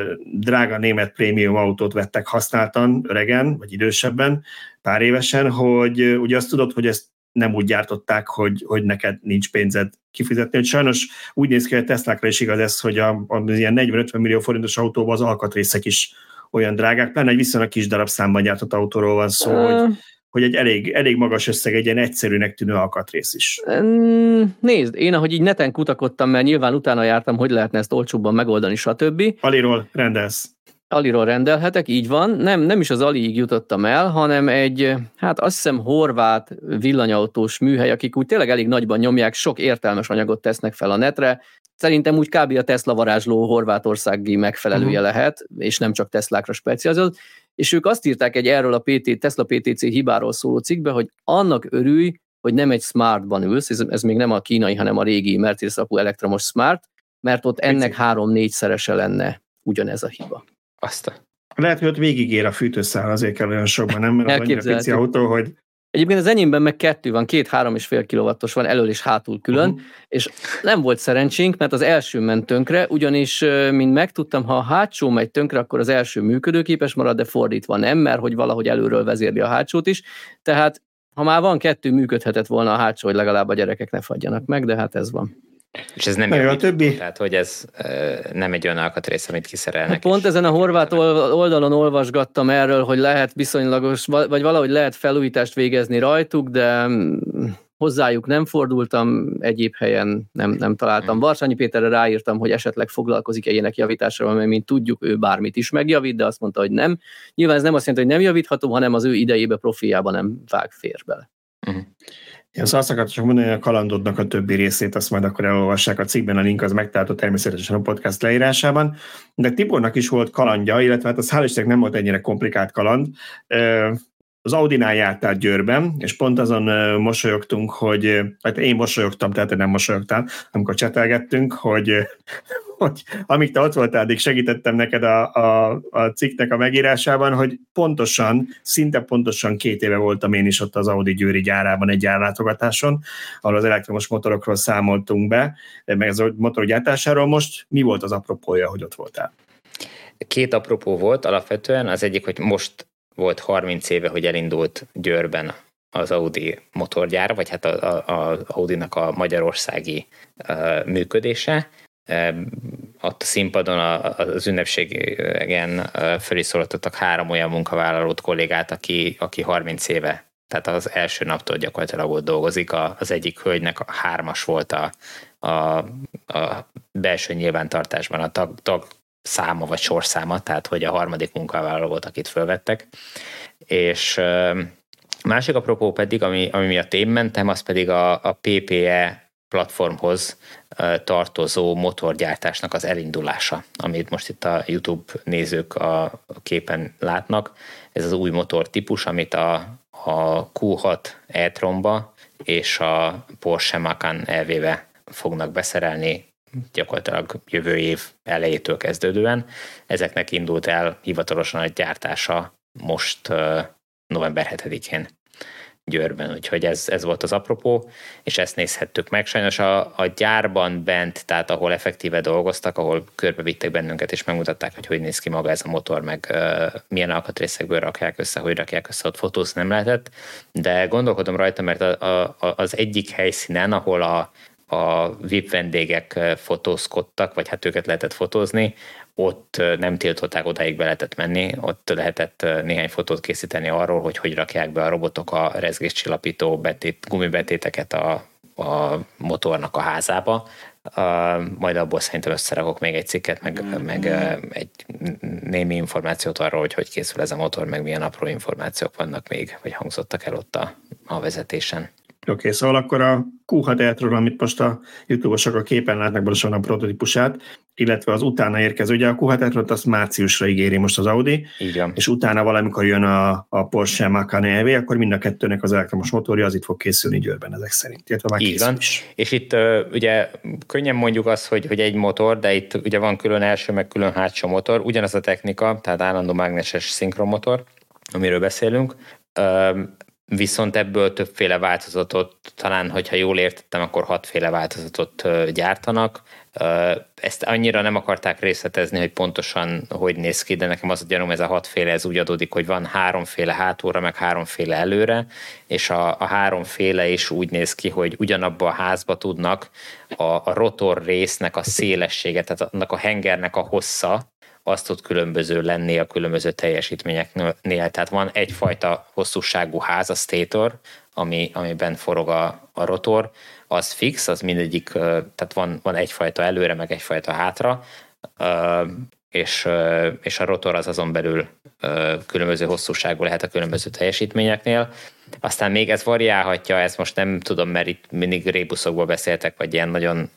drága német prémium autót vettek használtan, öregen, vagy idősebben, pár évesen, hogy ugye azt tudod, hogy ezt nem úgy gyártották, hogy, hogy neked nincs pénzed kifizetni. Hogy sajnos úgy néz ki, hogy a Teslákra is igaz ez, hogy a, az ilyen negyven-ötven millió forintos autóban az alkatrészek is olyan drágák, pláne egy viszonylag kis darabszámban gyártott autóról van szó, uh. hogy hogy egy elég, elég magas összeg, egy ilyen egyszerűnek tűnő alkatrész is. Nézd, én ahogy így neten kutakodtam, mert nyilván utána jártam, hogy lehetne ezt olcsóbban megoldani, stb. Aliról rendelsz. Aliról rendelhetek, így van. Nem, nem is az Aliig jutottam el, hanem egy, hát azt hiszem horvát villanyautós műhely, akik úgy tényleg elég nagyban nyomják, sok értelmes anyagot tesznek fel a netre. Szerintem úgy kb. A Tesla varázsló horvátországi megfelelője uh-huh. lehet, és nem csak Teslákra specializált. És ők azt írták egy erről a pé té, Tesla pé té cé hibáról szóló cikkbe, hogy annak örülj, hogy nem egy Smartban ülsz, ez, ez még nem a kínai, hanem a régi Mercedes alapú elektromos Smart, mert ott ennek három-négyszerese lenne ugyanez a hiba. Azt a... Lehet, hogy ott végigér a fűtőszál, azért kell olyan sokban, nem? Mert az annyira pici autó, hogy... Egyébként az enyémben meg kettő van, két-három és fél kilowattos van, elől és hátul külön, uh-huh. és nem volt szerencsénk, mert az első ment tönkre, ugyanis, mint megtudtam, ha a hátsó megy tönkre, akkor az első működőképes marad, de fordítva nem, mert hogy valahogy előről vezérli a hátsót is, tehát ha már van kettő, működhetett volna a hátsó, hogy legalább a gyerekek ne fagyjanak meg, de hát ez van. És ez nem jó, a többi. Tehát, hogy ez nem egy olyan alkatrész, amit kiszerelnek. Hát pont ezen a horvát oldalon olvasgattam erről, hogy lehet viszonylagos, vagy valahogy lehet felújítást végezni rajtuk, de hozzájuk nem fordultam, egyéb helyen nem, nem találtam. Varsányi Péterre ráírtam, hogy esetleg foglalkozik ilyenek javításra, mert mint tudjuk, ő bármit is megjavít, de azt mondta, hogy nem. Nyilván ez nem azt jelenti, hogy nem javítható, hanem az ő idejébe, profiába nem vág fér bele. Uh-huh. Én szóval azt akartam csak mondani, hogy a kalandodnak a többi részét, azt majd akkor elolvassák a cikkben, a link az megtalálható természetesen a podcast leírásában. De Tibornak is volt kalandja, illetve hát az hál' Istennek nem volt ennyire komplikált kaland. az Audinál jártál Győrben, és pont azon mosolyogtunk, hogy, hát én mosolyogtam, tehát te nem mosolyogtál, amikor csetelgettünk, hogy, hogy amíg te ott voltál, addig segítettem neked a, a, a cikknek a megírásában, hogy pontosan, szinte pontosan két éve voltam én is ott az Audi győri gyárában egy gyárlátogatáson, ahol az elektromos motorokról számoltunk be, meg az motorgyártásáról. Most mi volt az apropója, hogy ott voltál? Két apropó volt alapvetően, az egyik, hogy most volt harminc éve, hogy elindult Győrben az Audi motorgyára, vagy hát az Audinak a magyarországi uh, működése. Uh, ott a színpadon a, az ünnepségen uh, föl is szólítottak három olyan munkavállalót, kollégát, aki, aki harminc éve, tehát az első naptól gyakorlatilag ott dolgozik. A, az egyik hölgynek a hármas volt a, a, a belső nyilvántartásban a tag, tag száma vagy sorszáma, tehát hogy a harmadik munkavállaló volt, akit fölvettek. És másik apropó pedig, ami, ami miatt én mentem, az pedig a, a pé pé é platformhoz tartozó motorgyártásnak az elindulása, amit most itt a YouTube nézők a képen látnak. Ez az új motortípus, amit a, a kú hat e-tromba és a Porsche Macan é vé-be fognak beszerelni gyakorlatilag jövő év elejétől kezdődően. Ezeknek indult el hivatalosan a gyártása most uh, november hetedikén Győrben, úgyhogy ez, ez volt az apropó, és ezt nézhettük meg. Sajnos a, a gyárban bent, tehát ahol effektíve dolgoztak, ahol körbevittek bennünket, és megmutatták, hogy hogy néz ki maga ez a motor, meg uh, milyen alkatrészekből rakják össze, hogy rakják össze, ott fotózni nem lehetett, de gondolkodom rajta, mert a, a, az egyik helyszínen, ahol a a vé i pé vendégek fotózkodtak, vagy hát őket lehetett fotózni, ott nem tiltották, odáig be lehetett menni, ott lehetett néhány fotót készíteni arról, hogy hogy rakják be a robotok a rezgéscsillapító betét, gumibetéteket a, a motornak a házába. Uh, majd abból szerintem összerakok még egy cikket, meg, mm. meg uh, egy némi információt arról, hogy hogy készül ez a motor, meg milyen apró információk vannak még, vagy hangzottak el ott a, a vezetésen. Oké, okay, szóval akkor a kú hat e-ről, amit most a YouTube-osok a képen látnak, pontosan a prototípusát, illetve az utána érkező, ugye a kú hat e-ről azt márciusra ígéri most az Audi, igen. És utána valamikor jön a, a Porsche Macan é vé, akkor mind a kettőnek az elektromos motorja, az itt fog készülni Győrben ezek szerint. Illetve már így van. Is. És itt uh, ugye könnyen mondjuk azt, hogy, hogy egy motor, de itt ugye van külön első, meg külön hátsó motor, ugyanaz a technika, tehát állandó mágneses szinkronmotor, amiről beszélünk. Uh, Viszont ebből többféle változatot, talán, hogyha jól értettem, akkor hatféle változatot gyártanak. Ezt annyira nem akarták részletezni, hogy pontosan hogy néz ki, de nekem az a gyanúm, ez a hatféle, ez úgy adódik, hogy van háromféle hátulra, meg háromféle előre, és a, a háromféle is úgy néz ki, hogy ugyanabba a házba tudnak a, a rotor résznek a szélessége, tehát annak a hengernek a hossza, azt tud különböző lenni a különböző teljesítményeknél. Tehát van egyfajta hosszúságú ház, a stator, ami, amiben forog a, a rotor, az fix, az mindegyik, tehát van, van egyfajta előre, meg egyfajta hátra, és, és a rotor az azon belül különböző hosszúságú lehet a különböző teljesítményeknél. Aztán még ez variálhatja, ezt most nem tudom, mert itt mindig rébuszokból beszéltek, vagy ilyen nagyon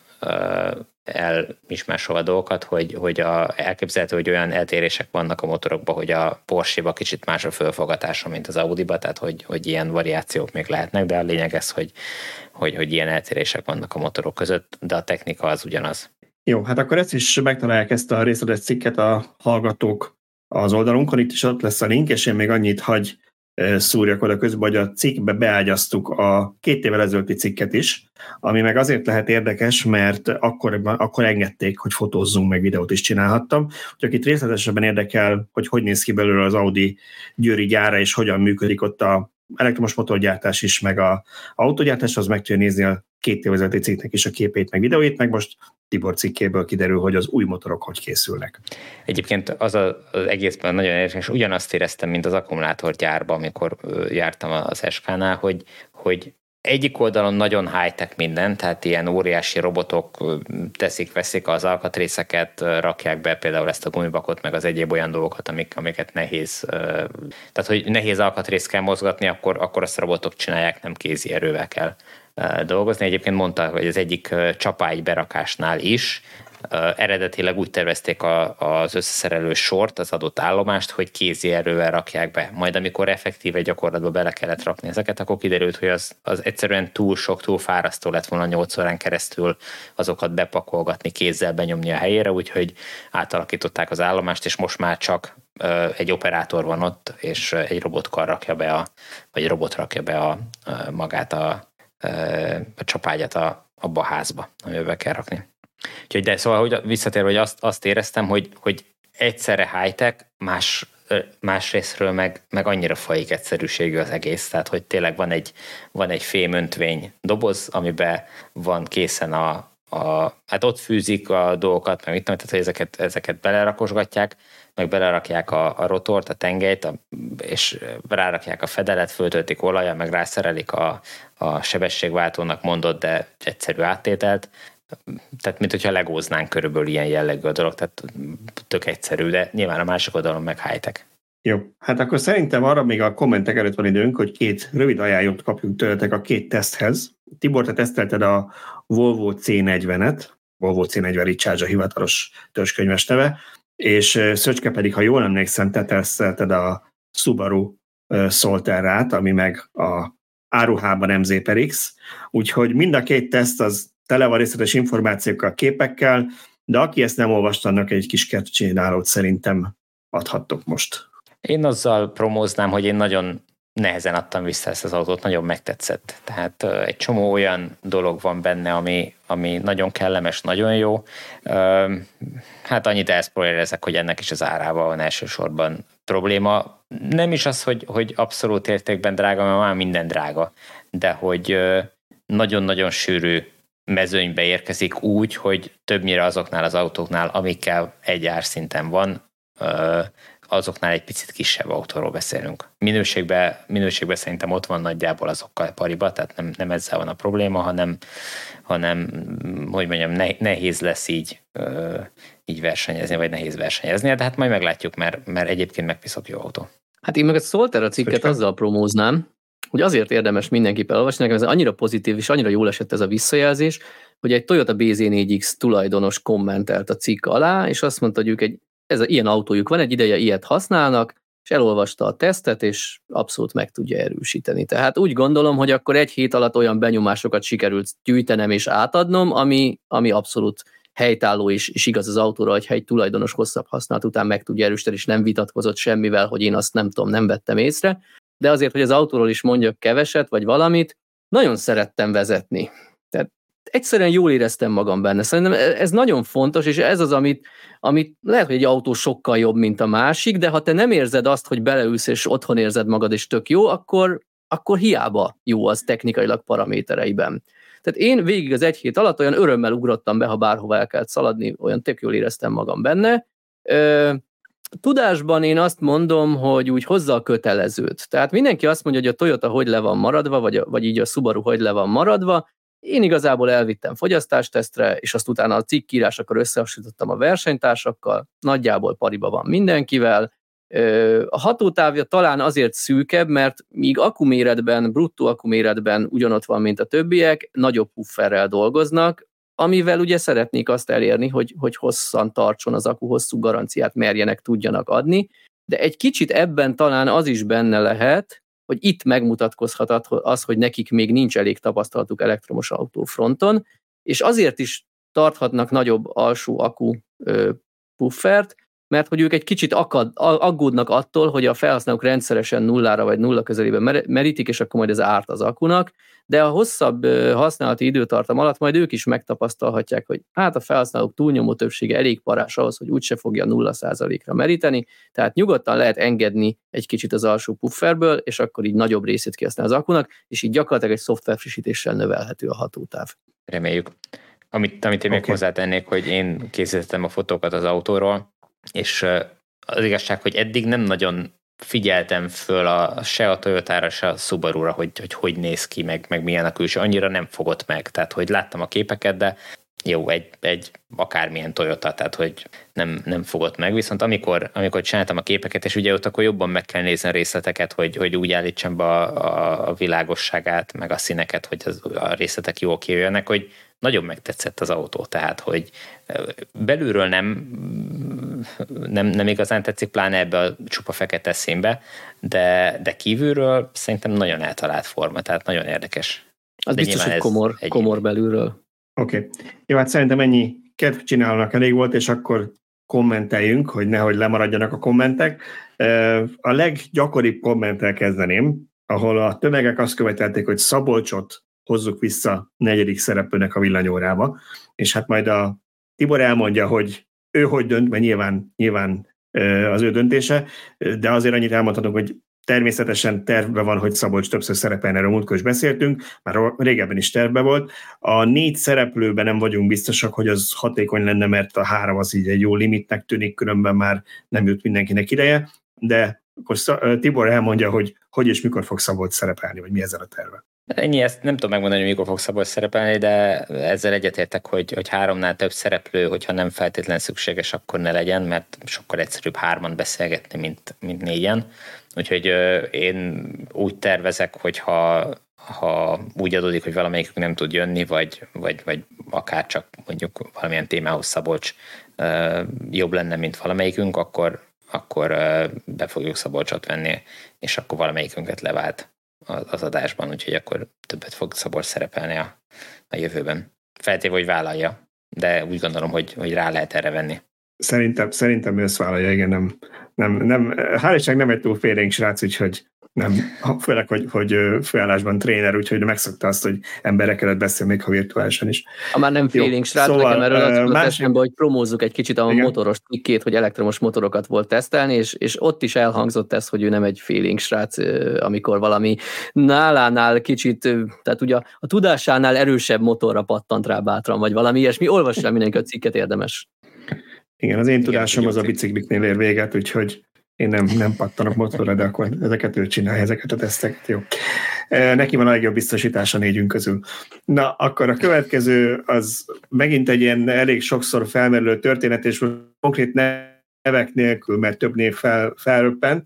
elmismásolva dolgokat, hogy, hogy a, elképzelhető, hogy olyan eltérések vannak a motorokban, hogy a Porsche-ba kicsit más a fölfogatása, mint az Audi-ba, tehát hogy, hogy ilyen variációk még lehetnek, de a lényeg ez, hogy, hogy, hogy ilyen eltérések vannak a motorok között, de a technika az ugyanaz. Jó, hát akkor ezt is megtalálják, ezt a részletes cikket a hallgatók az oldalunkon, itt is ott lesz a link, és én még annyit hagy szúrjak oda közben, hogy a cikkbe beágyaztuk a két évvel ezelőtti cikket is, ami meg azért lehet érdekes, mert akkor, akkor engedték, hogy fotózzunk, meg videót is csinálhattam. Úgyhogy itt részletesebben érdekel, hogy hogy néz ki belőle az Audi győri gyára, és hogyan működik ott a elektromos motorgyártás is, meg a autógyártás, az meg tudja nézni a két évvel ezelőtti cikknek is a képét, meg videóit, meg most Tibor cikkéből kiderül, hogy az új motorok hogy készülnek. Egyébként az a, az egészben nagyon érdekes, ugyanazt éreztem, mint az akkumulátorgyárban, amikor jártam az es ká-nál, hogy, hogy egyik oldalon nagyon high-tech minden, tehát ilyen óriási robotok teszik, veszik az alkatrészeket, rakják be például ezt a gumibakot, meg az egyéb olyan dolgokat, amik, amiket nehéz, tehát hogy nehéz alkatrészt kell mozgatni, akkor, akkor azt a robotok csinálják, nem kézi erővel kell dolgozni. Egyébként mondta, hogy az egyik csapágy berakásnál is Uh, eredetileg úgy tervezték a, az összeszerelő sort, az adott állomást, hogy kézi erővel rakják be. Majd amikor effektíve gyakorlatban bele kellett rakni ezeket, akkor kiderült, hogy az, az egyszerűen túl sok, túl fárasztó lett volna nyolc órán keresztül azokat bepakolgatni, kézzel benyomni a helyére, úgyhogy átalakították az állomást, és most már csak uh, egy operátor van ott, és uh, egy robotkar rakja be, a, vagy egy robot rakja be a, a magát a, a csapágyat a, abba a házba, amiben kell rakni. Úgyhogy de szóval, hogy visszatérve, hogy azt, azt éreztem, hogy, hogy egyszerre high-tech, más, más részről meg, meg annyira faik egyszerűségű az egész, tehát hogy tényleg van egy, van egy fémöntvény doboz, amiben van készen a, a, hát ott fűzik a dolgokat, meg mit tudom, tehát hogy ezeket, ezeket belerakosgatják, meg belerakják a, a rotort, a tengelyt, a, és rárakják a fedelet, föltöltik olajjal, meg rászerelik a, a sebességváltónak mondott, de egyszerű áttételt. Tehát, mint hogyha legóznánk körülbelül ilyen jellegű a dolog, tehát tök egyszerű, de nyilván a másik oldalon meg high-tech. Jó, hát akkor szerintem arra még a kommentek előtt van időnk, hogy két rövid ajánlót kapjunk tőletek a két teszthez. Tibor, te tesztelted a Volvo cé negyvenet, Volvo cé negyven Recharge a hivatalos törzskönyves neve, és Szöcske pedig, ha jól emlékszem, te tesztelted a Subaru Solterrát, ami meg a áruhában em zé per iksz, úgyhogy mind a két teszt az tele van részletes információkkal, képekkel, de aki ezt nem olvasta, annak egy kis kettcsinálót szerintem adhattok most. Én azzal promóznám, hogy én nagyon nehezen adtam vissza ezt az autót, nagyon megtetszett. Tehát uh, egy csomó olyan dolog van benne, ami, ami nagyon kellemes, nagyon jó. Uh, hát annyit elszpoilerezek, hogy ennek is az árával van elsősorban probléma. Nem is az, hogy, hogy abszolút értékben drága, mert már minden drága, de hogy uh, nagyon-nagyon sűrű mezőnybe érkezik úgy, hogy többnyire azoknál az autóknál, amikkel egy árszinten van, azoknál egy picit kisebb autóról beszélünk. Minőségben, minőségben szerintem ott van nagyjából azokkal pariba, tehát nem, nem ezzel van a probléma, hanem, hanem hogy mondjam, nehéz lesz így, így versenyezni, vagy nehéz versenyezni, de hát majd meglátjuk, mert, mert egyébként megpiszok jó autó. Hát én meg a Solterra cikket Szöcske? azzal promóznám, hogy azért érdemes mindenképpen elolvasni, nekem ez annyira pozitív és annyira jól esett ez a visszajelzés, hogy egy Toyota bé zé négy iksz tulajdonos kommentelt a cikk alá, és azt mondta, hogy ők egy, ez a, ilyen autójuk van, egy ideje ilyet használnak, és elolvasta a tesztet, és abszolút meg tudja erősíteni. Tehát úgy gondolom, hogy akkor egy hét alatt olyan benyomásokat sikerült gyűjtenem és átadnom, ami, ami abszolút helytálló és, és igaz az autóra, hogyha egy tulajdonos hosszabb használat után meg tudja erősíteni, és nem vitatkozott semmivel, hogy én azt nem tudom, nem vettem észre. De azért, hogy az autóról is mondjak keveset, vagy valamit, nagyon szerettem vezetni. Tehát egyszerűen jól éreztem magam benne. Szerintem ez nagyon fontos, és ez az, amit, amit lehet, hogy egy autó sokkal jobb, mint a másik, de ha te nem érzed azt, hogy beleülsz, és otthon érzed magad, és tök jó, akkor, akkor hiába jó az technikailag paramétereiben. Tehát én végig az egy hét alatt olyan örömmel ugrottam be, ha bárhova el kellett szaladni, olyan tök jól éreztem magam benne. Ö, Tudásban én azt mondom, hogy úgy hozza a kötelezőt. Tehát mindenki azt mondja, hogy a Toyota hogy le van maradva, vagy, a, vagy így a Subaru hogy le van maradva. Én igazából elvittem fogyasztástesztre, és azt utána a cikk írásakor összehasonlítottam a versenytársakkal, nagyjából pariba van mindenkivel. A hatótávja talán azért szűkebb, mert míg akkuméretben, bruttó akkuméretben ugyanott van, mint a többiek, nagyobb pufferrel dolgoznak, amivel ugye szeretnék azt elérni, hogy, hogy hosszan tartson az akku, hosszú garanciát merjenek, tudjanak adni, de egy kicsit ebben talán az is benne lehet, hogy itt megmutatkozhat az, hogy nekik még nincs elég tapasztalatuk elektromos autó fronton, és azért is tarthatnak nagyobb alsó akku ö, puffert, mert hogy ők egy kicsit akad, aggódnak attól, hogy a felhasználók rendszeresen nullára vagy nulla közelében merítik, és akkor majd ez árt az akunak, de a hosszabb használati időtartam alatt majd ők is megtapasztalhatják, hogy hát a felhasználók túlnyomó többsége elég parás ahhoz, hogy úgyse fogja nulla százalékra meríteni, tehát nyugodtan lehet engedni egy kicsit az alsó pufferből, és akkor így nagyobb részét kihasznál az akunak, és így gyakorlatilag egy szoftverfrissítéssel növelhető a hatótáv. Reméljük. Amit, amit én okay. még hozzátennék, hogy én készítettem a fotókat az autóról, és az igazság, hogy eddig nem nagyon figyeltem föl a, se a Toyotára, se a Subarura, hogy, hogy hogy néz ki, meg, meg milyen a külső. Annyira nem fogott meg. Tehát, hogy láttam a képeket, de jó, egy, egy akármilyen Toyota, tehát hogy nem, nem fogott meg, viszont amikor, amikor csináltam a képeket, és ugye ott akkor jobban meg kell nézni a részleteket, hogy, hogy úgy állítsam be a, a, a világosságát, meg a színeket, hogy az, a részletek jól kijöjjenek, hogy nagyon megtetszett az autó, tehát hogy belülről nem, nem, nem igazán tetszik, pláne ebbe a csupa fekete színbe, de, de kívülről szerintem nagyon eltalált forma, tehát nagyon érdekes. Az de biztos, hogy komor, komor belülről. Oké. Okay. Jó, hát szerintem ennyi kedv csinálnak elég volt, és akkor kommenteljünk, hogy nehogy lemaradjanak a kommentek. A leggyakoribb kommenttel kezdeném, ahol a tömegek azt követelték, hogy Szabolcsot hozzuk vissza negyedik szereplőnek a villanyórába, és hát majd a Tibor elmondja, hogy ő hogy dönt, mert nyilván, nyilván az ő döntése, de azért annyit elmondhatunk, hogy természetesen tervben van, hogy Szabolcs többször szerepelne, erről múltkor is beszéltünk, már régebben is tervben volt. A négy szereplőben nem vagyunk biztosak, hogy az hatékony lenne, mert a három az így egy jó limitnek tűnik, különben már nem jut mindenkinek ideje, de akkor Tibor elmondja, hogy hogy és mikor fog Szabolcs szerepelni, vagy mi ezzel a terve. Ennyi, ezt nem tudom megmondani, hogy mikor fog Szabolcs szerepelni, de ezzel egyetértek, hogy, hogy háromnál több szereplő, hogyha nem feltétlenül szükséges, akkor ne legyen, mert sokkal egyszerűbb hárman beszélgetni, mint, mint négyen. Úgyhogy én úgy tervezek, hogy ha, ha úgy adódik, hogy valamelyikük nem tud jönni, vagy, vagy, vagy akár csak mondjuk valamilyen témához Szabolcs jobb lenne, mint valamelyikünk, akkor, akkor be fogjuk Szabolcsot venni, és akkor valamelyikünket levált az adásban, úgyhogy akkor többet fog Szabolcs szerepelni a, a jövőben. Feltéve, hogy vállalja, de úgy gondolom, hogy, hogy rá lehet erre venni. Szerintem, szerintem ő ezt vállalja, igen, nem, nem, nem, hál' Isten nem egy túl félénk srác, úgyhogy nem, főleg, hogy, hogy főállásban tréner, úgyhogy megszokta azt, hogy emberek előtt beszél, még ha virtuálisan is. Ha már nem félénk srác, szóval, nekem erről az jutott másik... eszembe, hogy promózzuk egy kicsit a igen. motoros cikkét, hogy elektromos motorokat volt tesztelni, és, és ott is elhangzott ez, hogy ő nem egy félénk srác, amikor valami nálánál kicsit, tehát ugye a, a tudásánál erősebb motorra pattant rá bátran, vagy valami ilyesmi. Olvass rá mindenki a cikket, érdemes. Igen, az én tudásom az a bicikliknél ér véget, úgyhogy én nem, nem pattanok motorra, de akkor ezeket ő csinálja, ezeket a teszteket. Jó. Neki van a legjobb biztosítása négyünk közül. Na, akkor a következő az megint egy ilyen elég sokszor felmerülő történet, és konkrét nevek nélkül, mert több név fel, felröppent.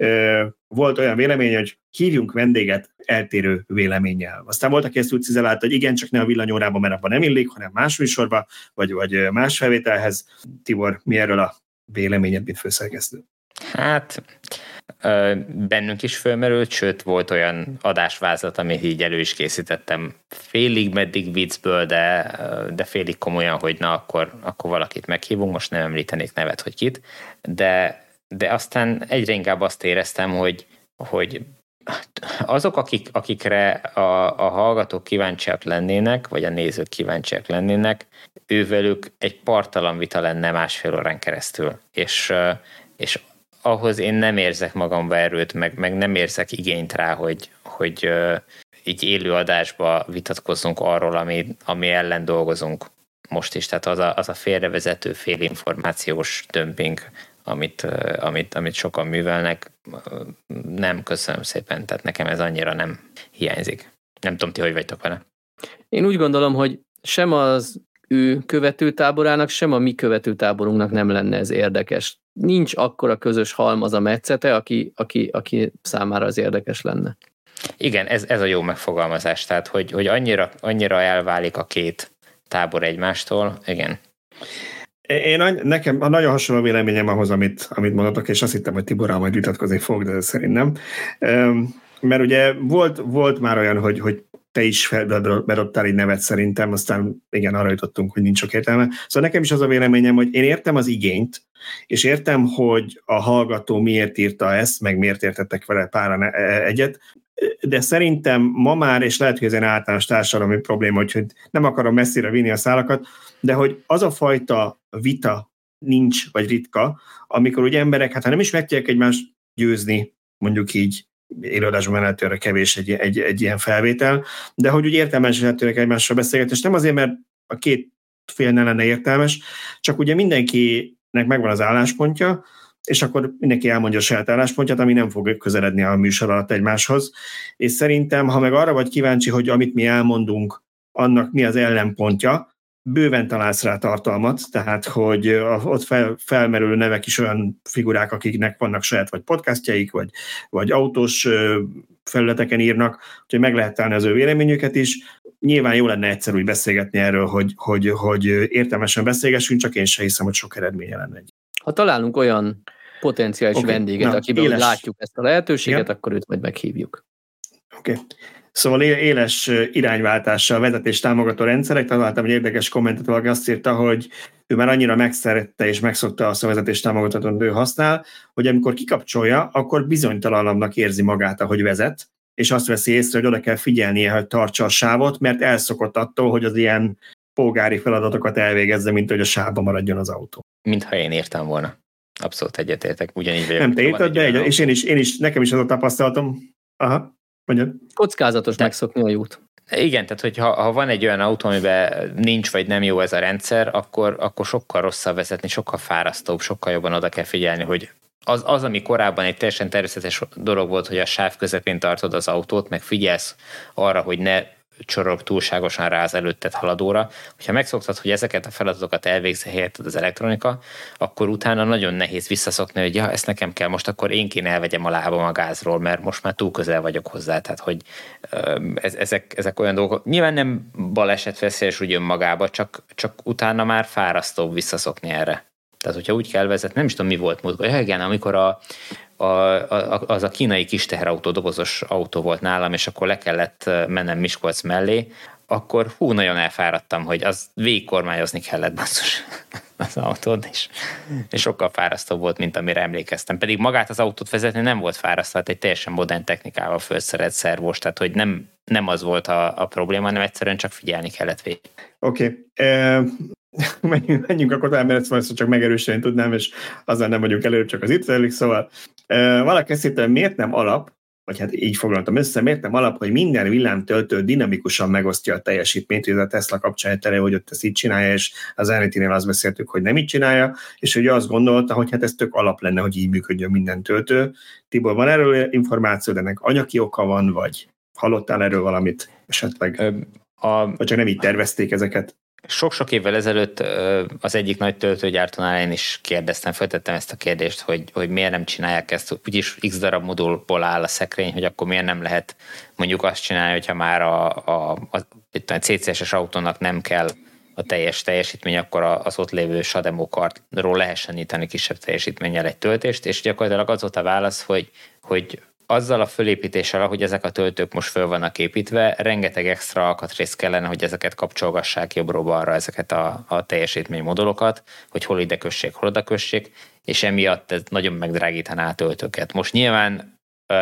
Volt olyan vélemény, hogy hívjunk vendéget eltérő véleménnyel. Aztán volt, aki ezt úgy cizelálta, hogy igen, csak ne a villanyórában, mert abban nem illik, hanem más műsorba, vagy, vagy más felvételhez. Tibor, mi erről a véleményed, mint főszerkesztő? Hát bennünk is fölmerült, sőt volt olyan adásvázlat, amit így elő is készítettem félig meddig viccből, de, de félig komolyan, hogy na akkor, akkor valakit meghívunk, most nem említenék nevet, hogy kit, de, de aztán egyre inkább azt éreztem, hogy, hogy azok, akik, akikre a, a hallgatók kíváncsiak lennének, vagy a nézők kíváncsiak lennének, ővelük egy parttalan vita lenne másfél órán keresztül, és, és ahhoz én nem érzek magamba erőt, meg, meg nem érzek igényt rá, hogy, hogy uh, így élő adásba vitatkozzunk arról, ami, ami ellen dolgozunk most is. Tehát az a, az a félrevezető, félinformációs dömping, amit, uh, amit, amit sokan művelnek, uh, nem, köszönöm szépen, tehát nekem ez annyira nem hiányzik. Nem tudom, ti hogy vagytok vele? Én úgy gondolom, hogy sem az ő követőtáborának, sem a mi követőtáborunknak nem lenne ez érdekes. Nincs akkora közös halmaz a metszete, aki, aki, aki számára az érdekes lenne. Igen, ez, ez a jó megfogalmazás, tehát hogy, hogy annyira, annyira elválik a két tábor egymástól, igen. Én, nekem nagyon hasonló véleményem ahhoz, amit, amit mondhatok, és azt hittem, hogy Tiborral majd vitatkozni fog, de szerint nem. Mert ugye volt, volt már olyan, hogy, hogy te is bedobtál egy nevet szerintem, aztán igen, arra jutottunk, hogy nincs sok értelme. Szóval nekem is az a véleményem, hogy én értem az igényt, és értem, hogy a hallgató miért írta ezt, meg miért értettek vele páran egyet, de szerintem ma már, és lehet, hogy ez egy általános társadalmi probléma, hogy nem akarom messzire vinni a szálakat, de hogy az a fajta vita nincs, vagy ritka, amikor ugye emberek, hát ha nem is meg tudják egymást győzni, mondjuk így, élőadásban lehetőre kevés egy, egy, egy ilyen felvétel, de hogy úgy értelmes lehetőnek egymással beszélgetni, és nem azért, mert a két fél ne lenne értelmes, csak ugye mindenkinek megvan az álláspontja, és akkor mindenki elmondja a saját álláspontját, ami nem fog közeledni a műsor alatt egymáshoz. És szerintem, ha meg arra vagy kíváncsi, hogy amit mi elmondunk, annak mi az ellenpontja, bőven találsz rá tartalmat, tehát hogy ott fel, felmerülő nevek is olyan figurák, akiknek vannak saját vagy podcastjaik, vagy, vagy autós felületeken írnak, úgyhogy meg lehet találni az ő véleményüket is. Nyilván jó lenne egyszer úgy beszélgetni erről, hogy, hogy, hogy értelmesen beszélgessünk, csak én sem hiszem, hogy sok eredménye lenne. Ha találunk olyan potenciális okay. vendéget, akiben éles... látjuk ezt a lehetőséget, igen, akkor őt majd meghívjuk. Oké. Okay. Szóval éles irányváltással vezetés támogató rendszerek, találtam egy érdekes kommentet, valaki azt írta, hogy ő már annyira megszerette és megszokta azt a vezetés támogatót, amit ő használ, hogy amikor kikapcsolja, akkor bizonytalanabbnak érzi magát, ahogy vezet, és azt veszi észre, hogy oda kell figyelnie, hogy tartsa a sávot, mert elszokott attól, hogy az ilyen polgári feladatokat elvégezze, mint hogy a sávban maradjon az autó. Mintha én értem volna. Abszolút egyetértek, ugyanígy vagyok. Nem te érted, de egy, és én is, én is, nekem is az a tapasztalatom. Aha. Mondjad. Kockázatos de, megszokni a jót. Igen, tehát hogyha ha van egy olyan autó, amiben nincs vagy nem jó ez a rendszer, akkor, akkor sokkal rosszabb vezetni, sokkal fárasztóbb, sokkal jobban oda kell figyelni, hogy az, az, ami korábban egy teljesen természetes dolog volt, hogy a sáv közepén tartod az autót, meg figyelsz arra, hogy ne csorog túlságosan rá az előtted haladóra. Hogyha megszoktad, hogy ezeket a feladatokat elvégzi helyetted az elektronika, akkor utána nagyon nehéz visszaszokni, hogy ja, ezt nekem kell, most akkor én kéne elvegyem a lábam a gázról, mert most már túl közel vagyok hozzá. Tehát, hogy ez, ezek, ezek olyan dolgok. Nyilván nem balesetveszélyes úgy önmagába, csak, csak utána már fárasztóbb visszaszokni erre. Tehát, hogyha úgy kell vezetni, nem is tudom, mi volt múltkor. Ja, igen, amikor a A, a, az a kínai kis teherautó, dobozos autó volt nálam, és akkor le kellett mennem Miskolc mellé, akkor hú, nagyon elfáradtam, hogy az végigkormányozni kellett basszus az autót, és, és sokkal fárasztóbb volt, mint amire emlékeztem. Pedig magát az autót vezetni nem volt fárasztó, hát egy teljesen modern technikával felszerelt szervós, tehát hogy nem, nem az volt a, a probléma, hanem egyszerűen csak figyelni kellett végig. Oké. Okay. Uh... Menjünk, menjünk akkor tovább, mert ezt csak megerősíteni tudnám, és azzal nem vagyunk előbb, csak az itt zajlik, szóval e, valaki ezt írta, miért nem alap, vagy hát így foglaltam össze, miért nem alap, hogy minden villámtöltő dinamikusan megosztja a teljesítményt, hogy a Tesla kapcsán tele, hogy ott ezt így csinálja, és az Ionity-nél azt beszéltük, hogy nem így csinálja, és hogy azt gondolta, hogy hát ez tök alap lenne, hogy így működjön minden töltő. Tibor, van erről információ, de ennek anyagi oka van, vagy hallottál erről valamit esetleg? A... Vagy csak nem így tervezték ezeket? Sok-sok évvel ezelőtt az egyik nagy töltőgyártónál én is kérdeztem, feltettem ezt a kérdést, hogy, hogy miért nem csinálják ezt, úgyis x darab modulból áll a szekrény, hogy akkor miért nem lehet mondjuk azt csinálni, hogyha már a, a, a, a cé cé es-es autónak nem kell a teljes teljesítmény, akkor az ott lévő Shademo kartról lehessen nyitani kisebb teljesítménnyel egy töltést, és gyakorlatilag az volt a válasz, hogy, hogy azzal a fölépítéssel, ahogy ezek a töltők most föl vannak építve, rengeteg extra alkatrész kellene, hogy ezeket kapcsolgassák jobbról-balra, ezeket a, a teljesítménymodulokat, hogy hol ide kössék, hol oda kössék, és emiatt ez nagyon megdrágítaná a töltőket. Most nyilván,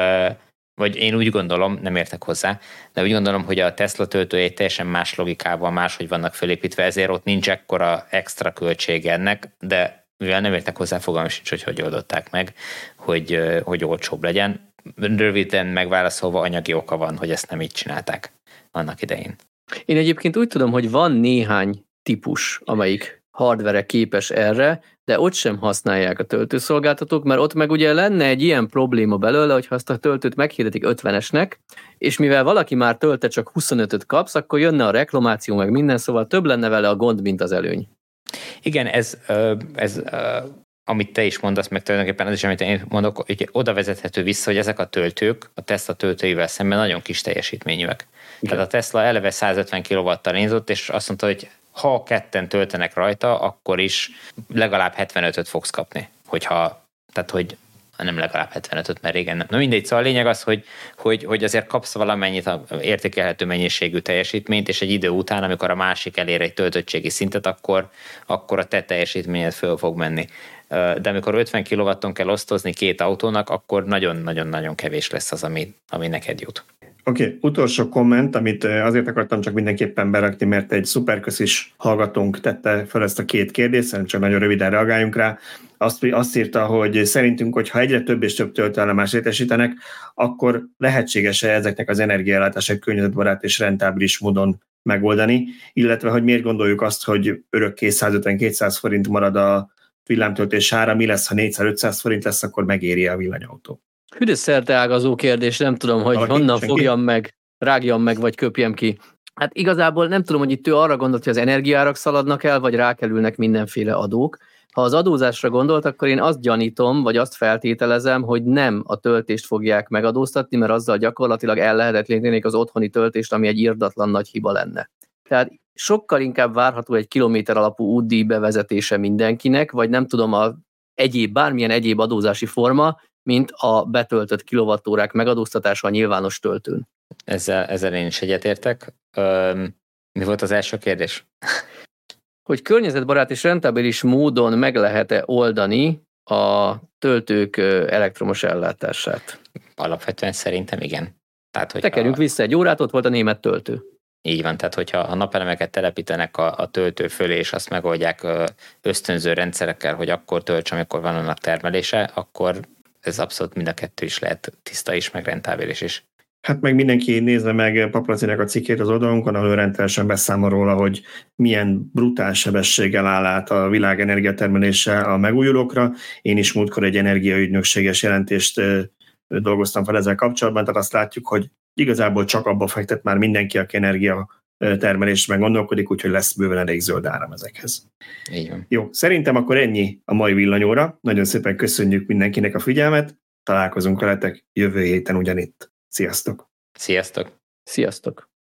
vagy én úgy gondolom, nem értek hozzá, de úgy gondolom, hogy a Tesla töltője egy teljesen más logikával, máshogy vannak fölépítve, ezért ott nincs ekkora extra költsége ennek, de mivel nem értek hozzá, fogalmam sincs, hogy hogy oldották meg, hogy, hogy olcsóbb legyen. Röviden megválaszolva anyagi oka van, hogy ezt nem így csinálták annak idején. Én egyébként úgy tudom, hogy van néhány típus, amelyik hardware képes erre, de ott sem használják a töltőszolgáltatók, mert ott meg ugye lenne egy ilyen probléma belőle, hogyha azt a töltőt meghirdetik ötvenesnek, és mivel valaki már tölte csak huszonötöt kapsz, akkor jönne a reklamáció meg minden, szóval több lenne vele a gond, mint az előny. Igen, ez, ez amit te is mondasz, meg tulajdonképpen az is, amit én mondok, hogy oda vezethető vissza, hogy ezek a töltők a Tesla töltőivel szemben nagyon kis teljesítményűek. Igen. Tehát a Tesla eleve százötven kilowattal indított, és azt mondta, hogy ha ketten töltenek rajta, akkor is legalább hetvenötöt fogsz kapni. Hogyha, tehát, hogy nem legalább hetvenötöt, mert régen nem. Na mindegy, szóval a lényeg az, hogy, hogy, hogy azért kapsz valamennyit értékelhető mennyiségű teljesítményt, és egy idő után, amikor a másik elér egy töltöttségi szintet, akkor, akkor a te teljesítményed föl fog menni. De amikor ötven kilowatton kell osztozni két autónak, akkor nagyon-nagyon-nagyon kevés lesz az, ami, ami neked jut. Oké, okay, utolsó komment, amit azért akartam csak mindenképpen berakni, mert egy szuperköszis hallgatónk tette fel ezt a két kérdést, szerintem csak nagyon röviden reagáljunk rá. Azt, azt írta, hogy szerintünk, hogyha egyre több és több töltőállomást létesítenek, akkor lehetséges-e ezeknek az energiaellátását környezetbarát és rentábilis módon megoldani, illetve hogy miért gondoljuk azt, hogy örökké százötven-kétszáz forint marad a villámtöltés ára, mi lesz, ha négyszáz-ötszáz forint lesz, akkor megéri a villanyautó. Hű, de szerteágazó kérdés, nem tudom, hogy Valaki, honnan senki? fogjam meg, rágjam meg, vagy köpjem ki. Hát igazából nem tudom, hogy itt ő arra gondolt, hogy az energiaárak szaladnak el, vagy rákerülnek mindenféle adók. Ha az adózásra gondolt, akkor én azt gyanítom, vagy azt feltételezem, hogy nem a töltést fogják megadóztatni, mert azzal gyakorlatilag ellehetetlenítenék az otthoni töltést, ami egy irdatlan nagy hiba lenne. Tehát sokkal inkább várható egy kilométer alapú útdíj bevezetése mindenkinek, vagy nem tudom, a egyéb, bármilyen egyéb adózási forma, mint a betöltött kilowattórák megadóztatása a nyilvános töltőn. Ezzel, ezzel én is egyetértek. Öm, mi volt az első kérdés? Hogy környezetbarát és rentábilis módon meg lehet-e oldani a töltők elektromos ellátását? Alapvetően szerintem igen. Tehát, hogy Tekerjünk a... vissza egy órát, ott volt a német töltő. Így van, tehát hogyha a napelemeket telepítenek a, a töltő fölé, és azt megoldják ösztönző rendszerekkel, hogy akkor tölts, amikor van annak termelése, akkor ez abszolút mind a kettő is lehet tiszta is, meg rentábilis is. Hát meg mindenki nézze meg Paplacinek a cikkét az oldalunkon, ahol rendszeresen beszámol róla, hogy milyen brutál sebességgel áll át a világ energiatermelése a megújulókra. Én is múltkor egy energiaügynökséges jelentést dolgoztam fel ezzel kapcsolatban, tehát azt látjuk, hogy igazából csak abba fektet már mindenki, aki energiatermelést meg gondolkodik, úgyhogy lesz bőven elég zöld áram ezekhez. Így van. Jó, szerintem akkor ennyi a mai villanyóra. Nagyon szépen köszönjük mindenkinek a figyelmet. Találkozunk veletek jövő héten ugyanitt. Sziasztok! Sziasztok! Sziasztok!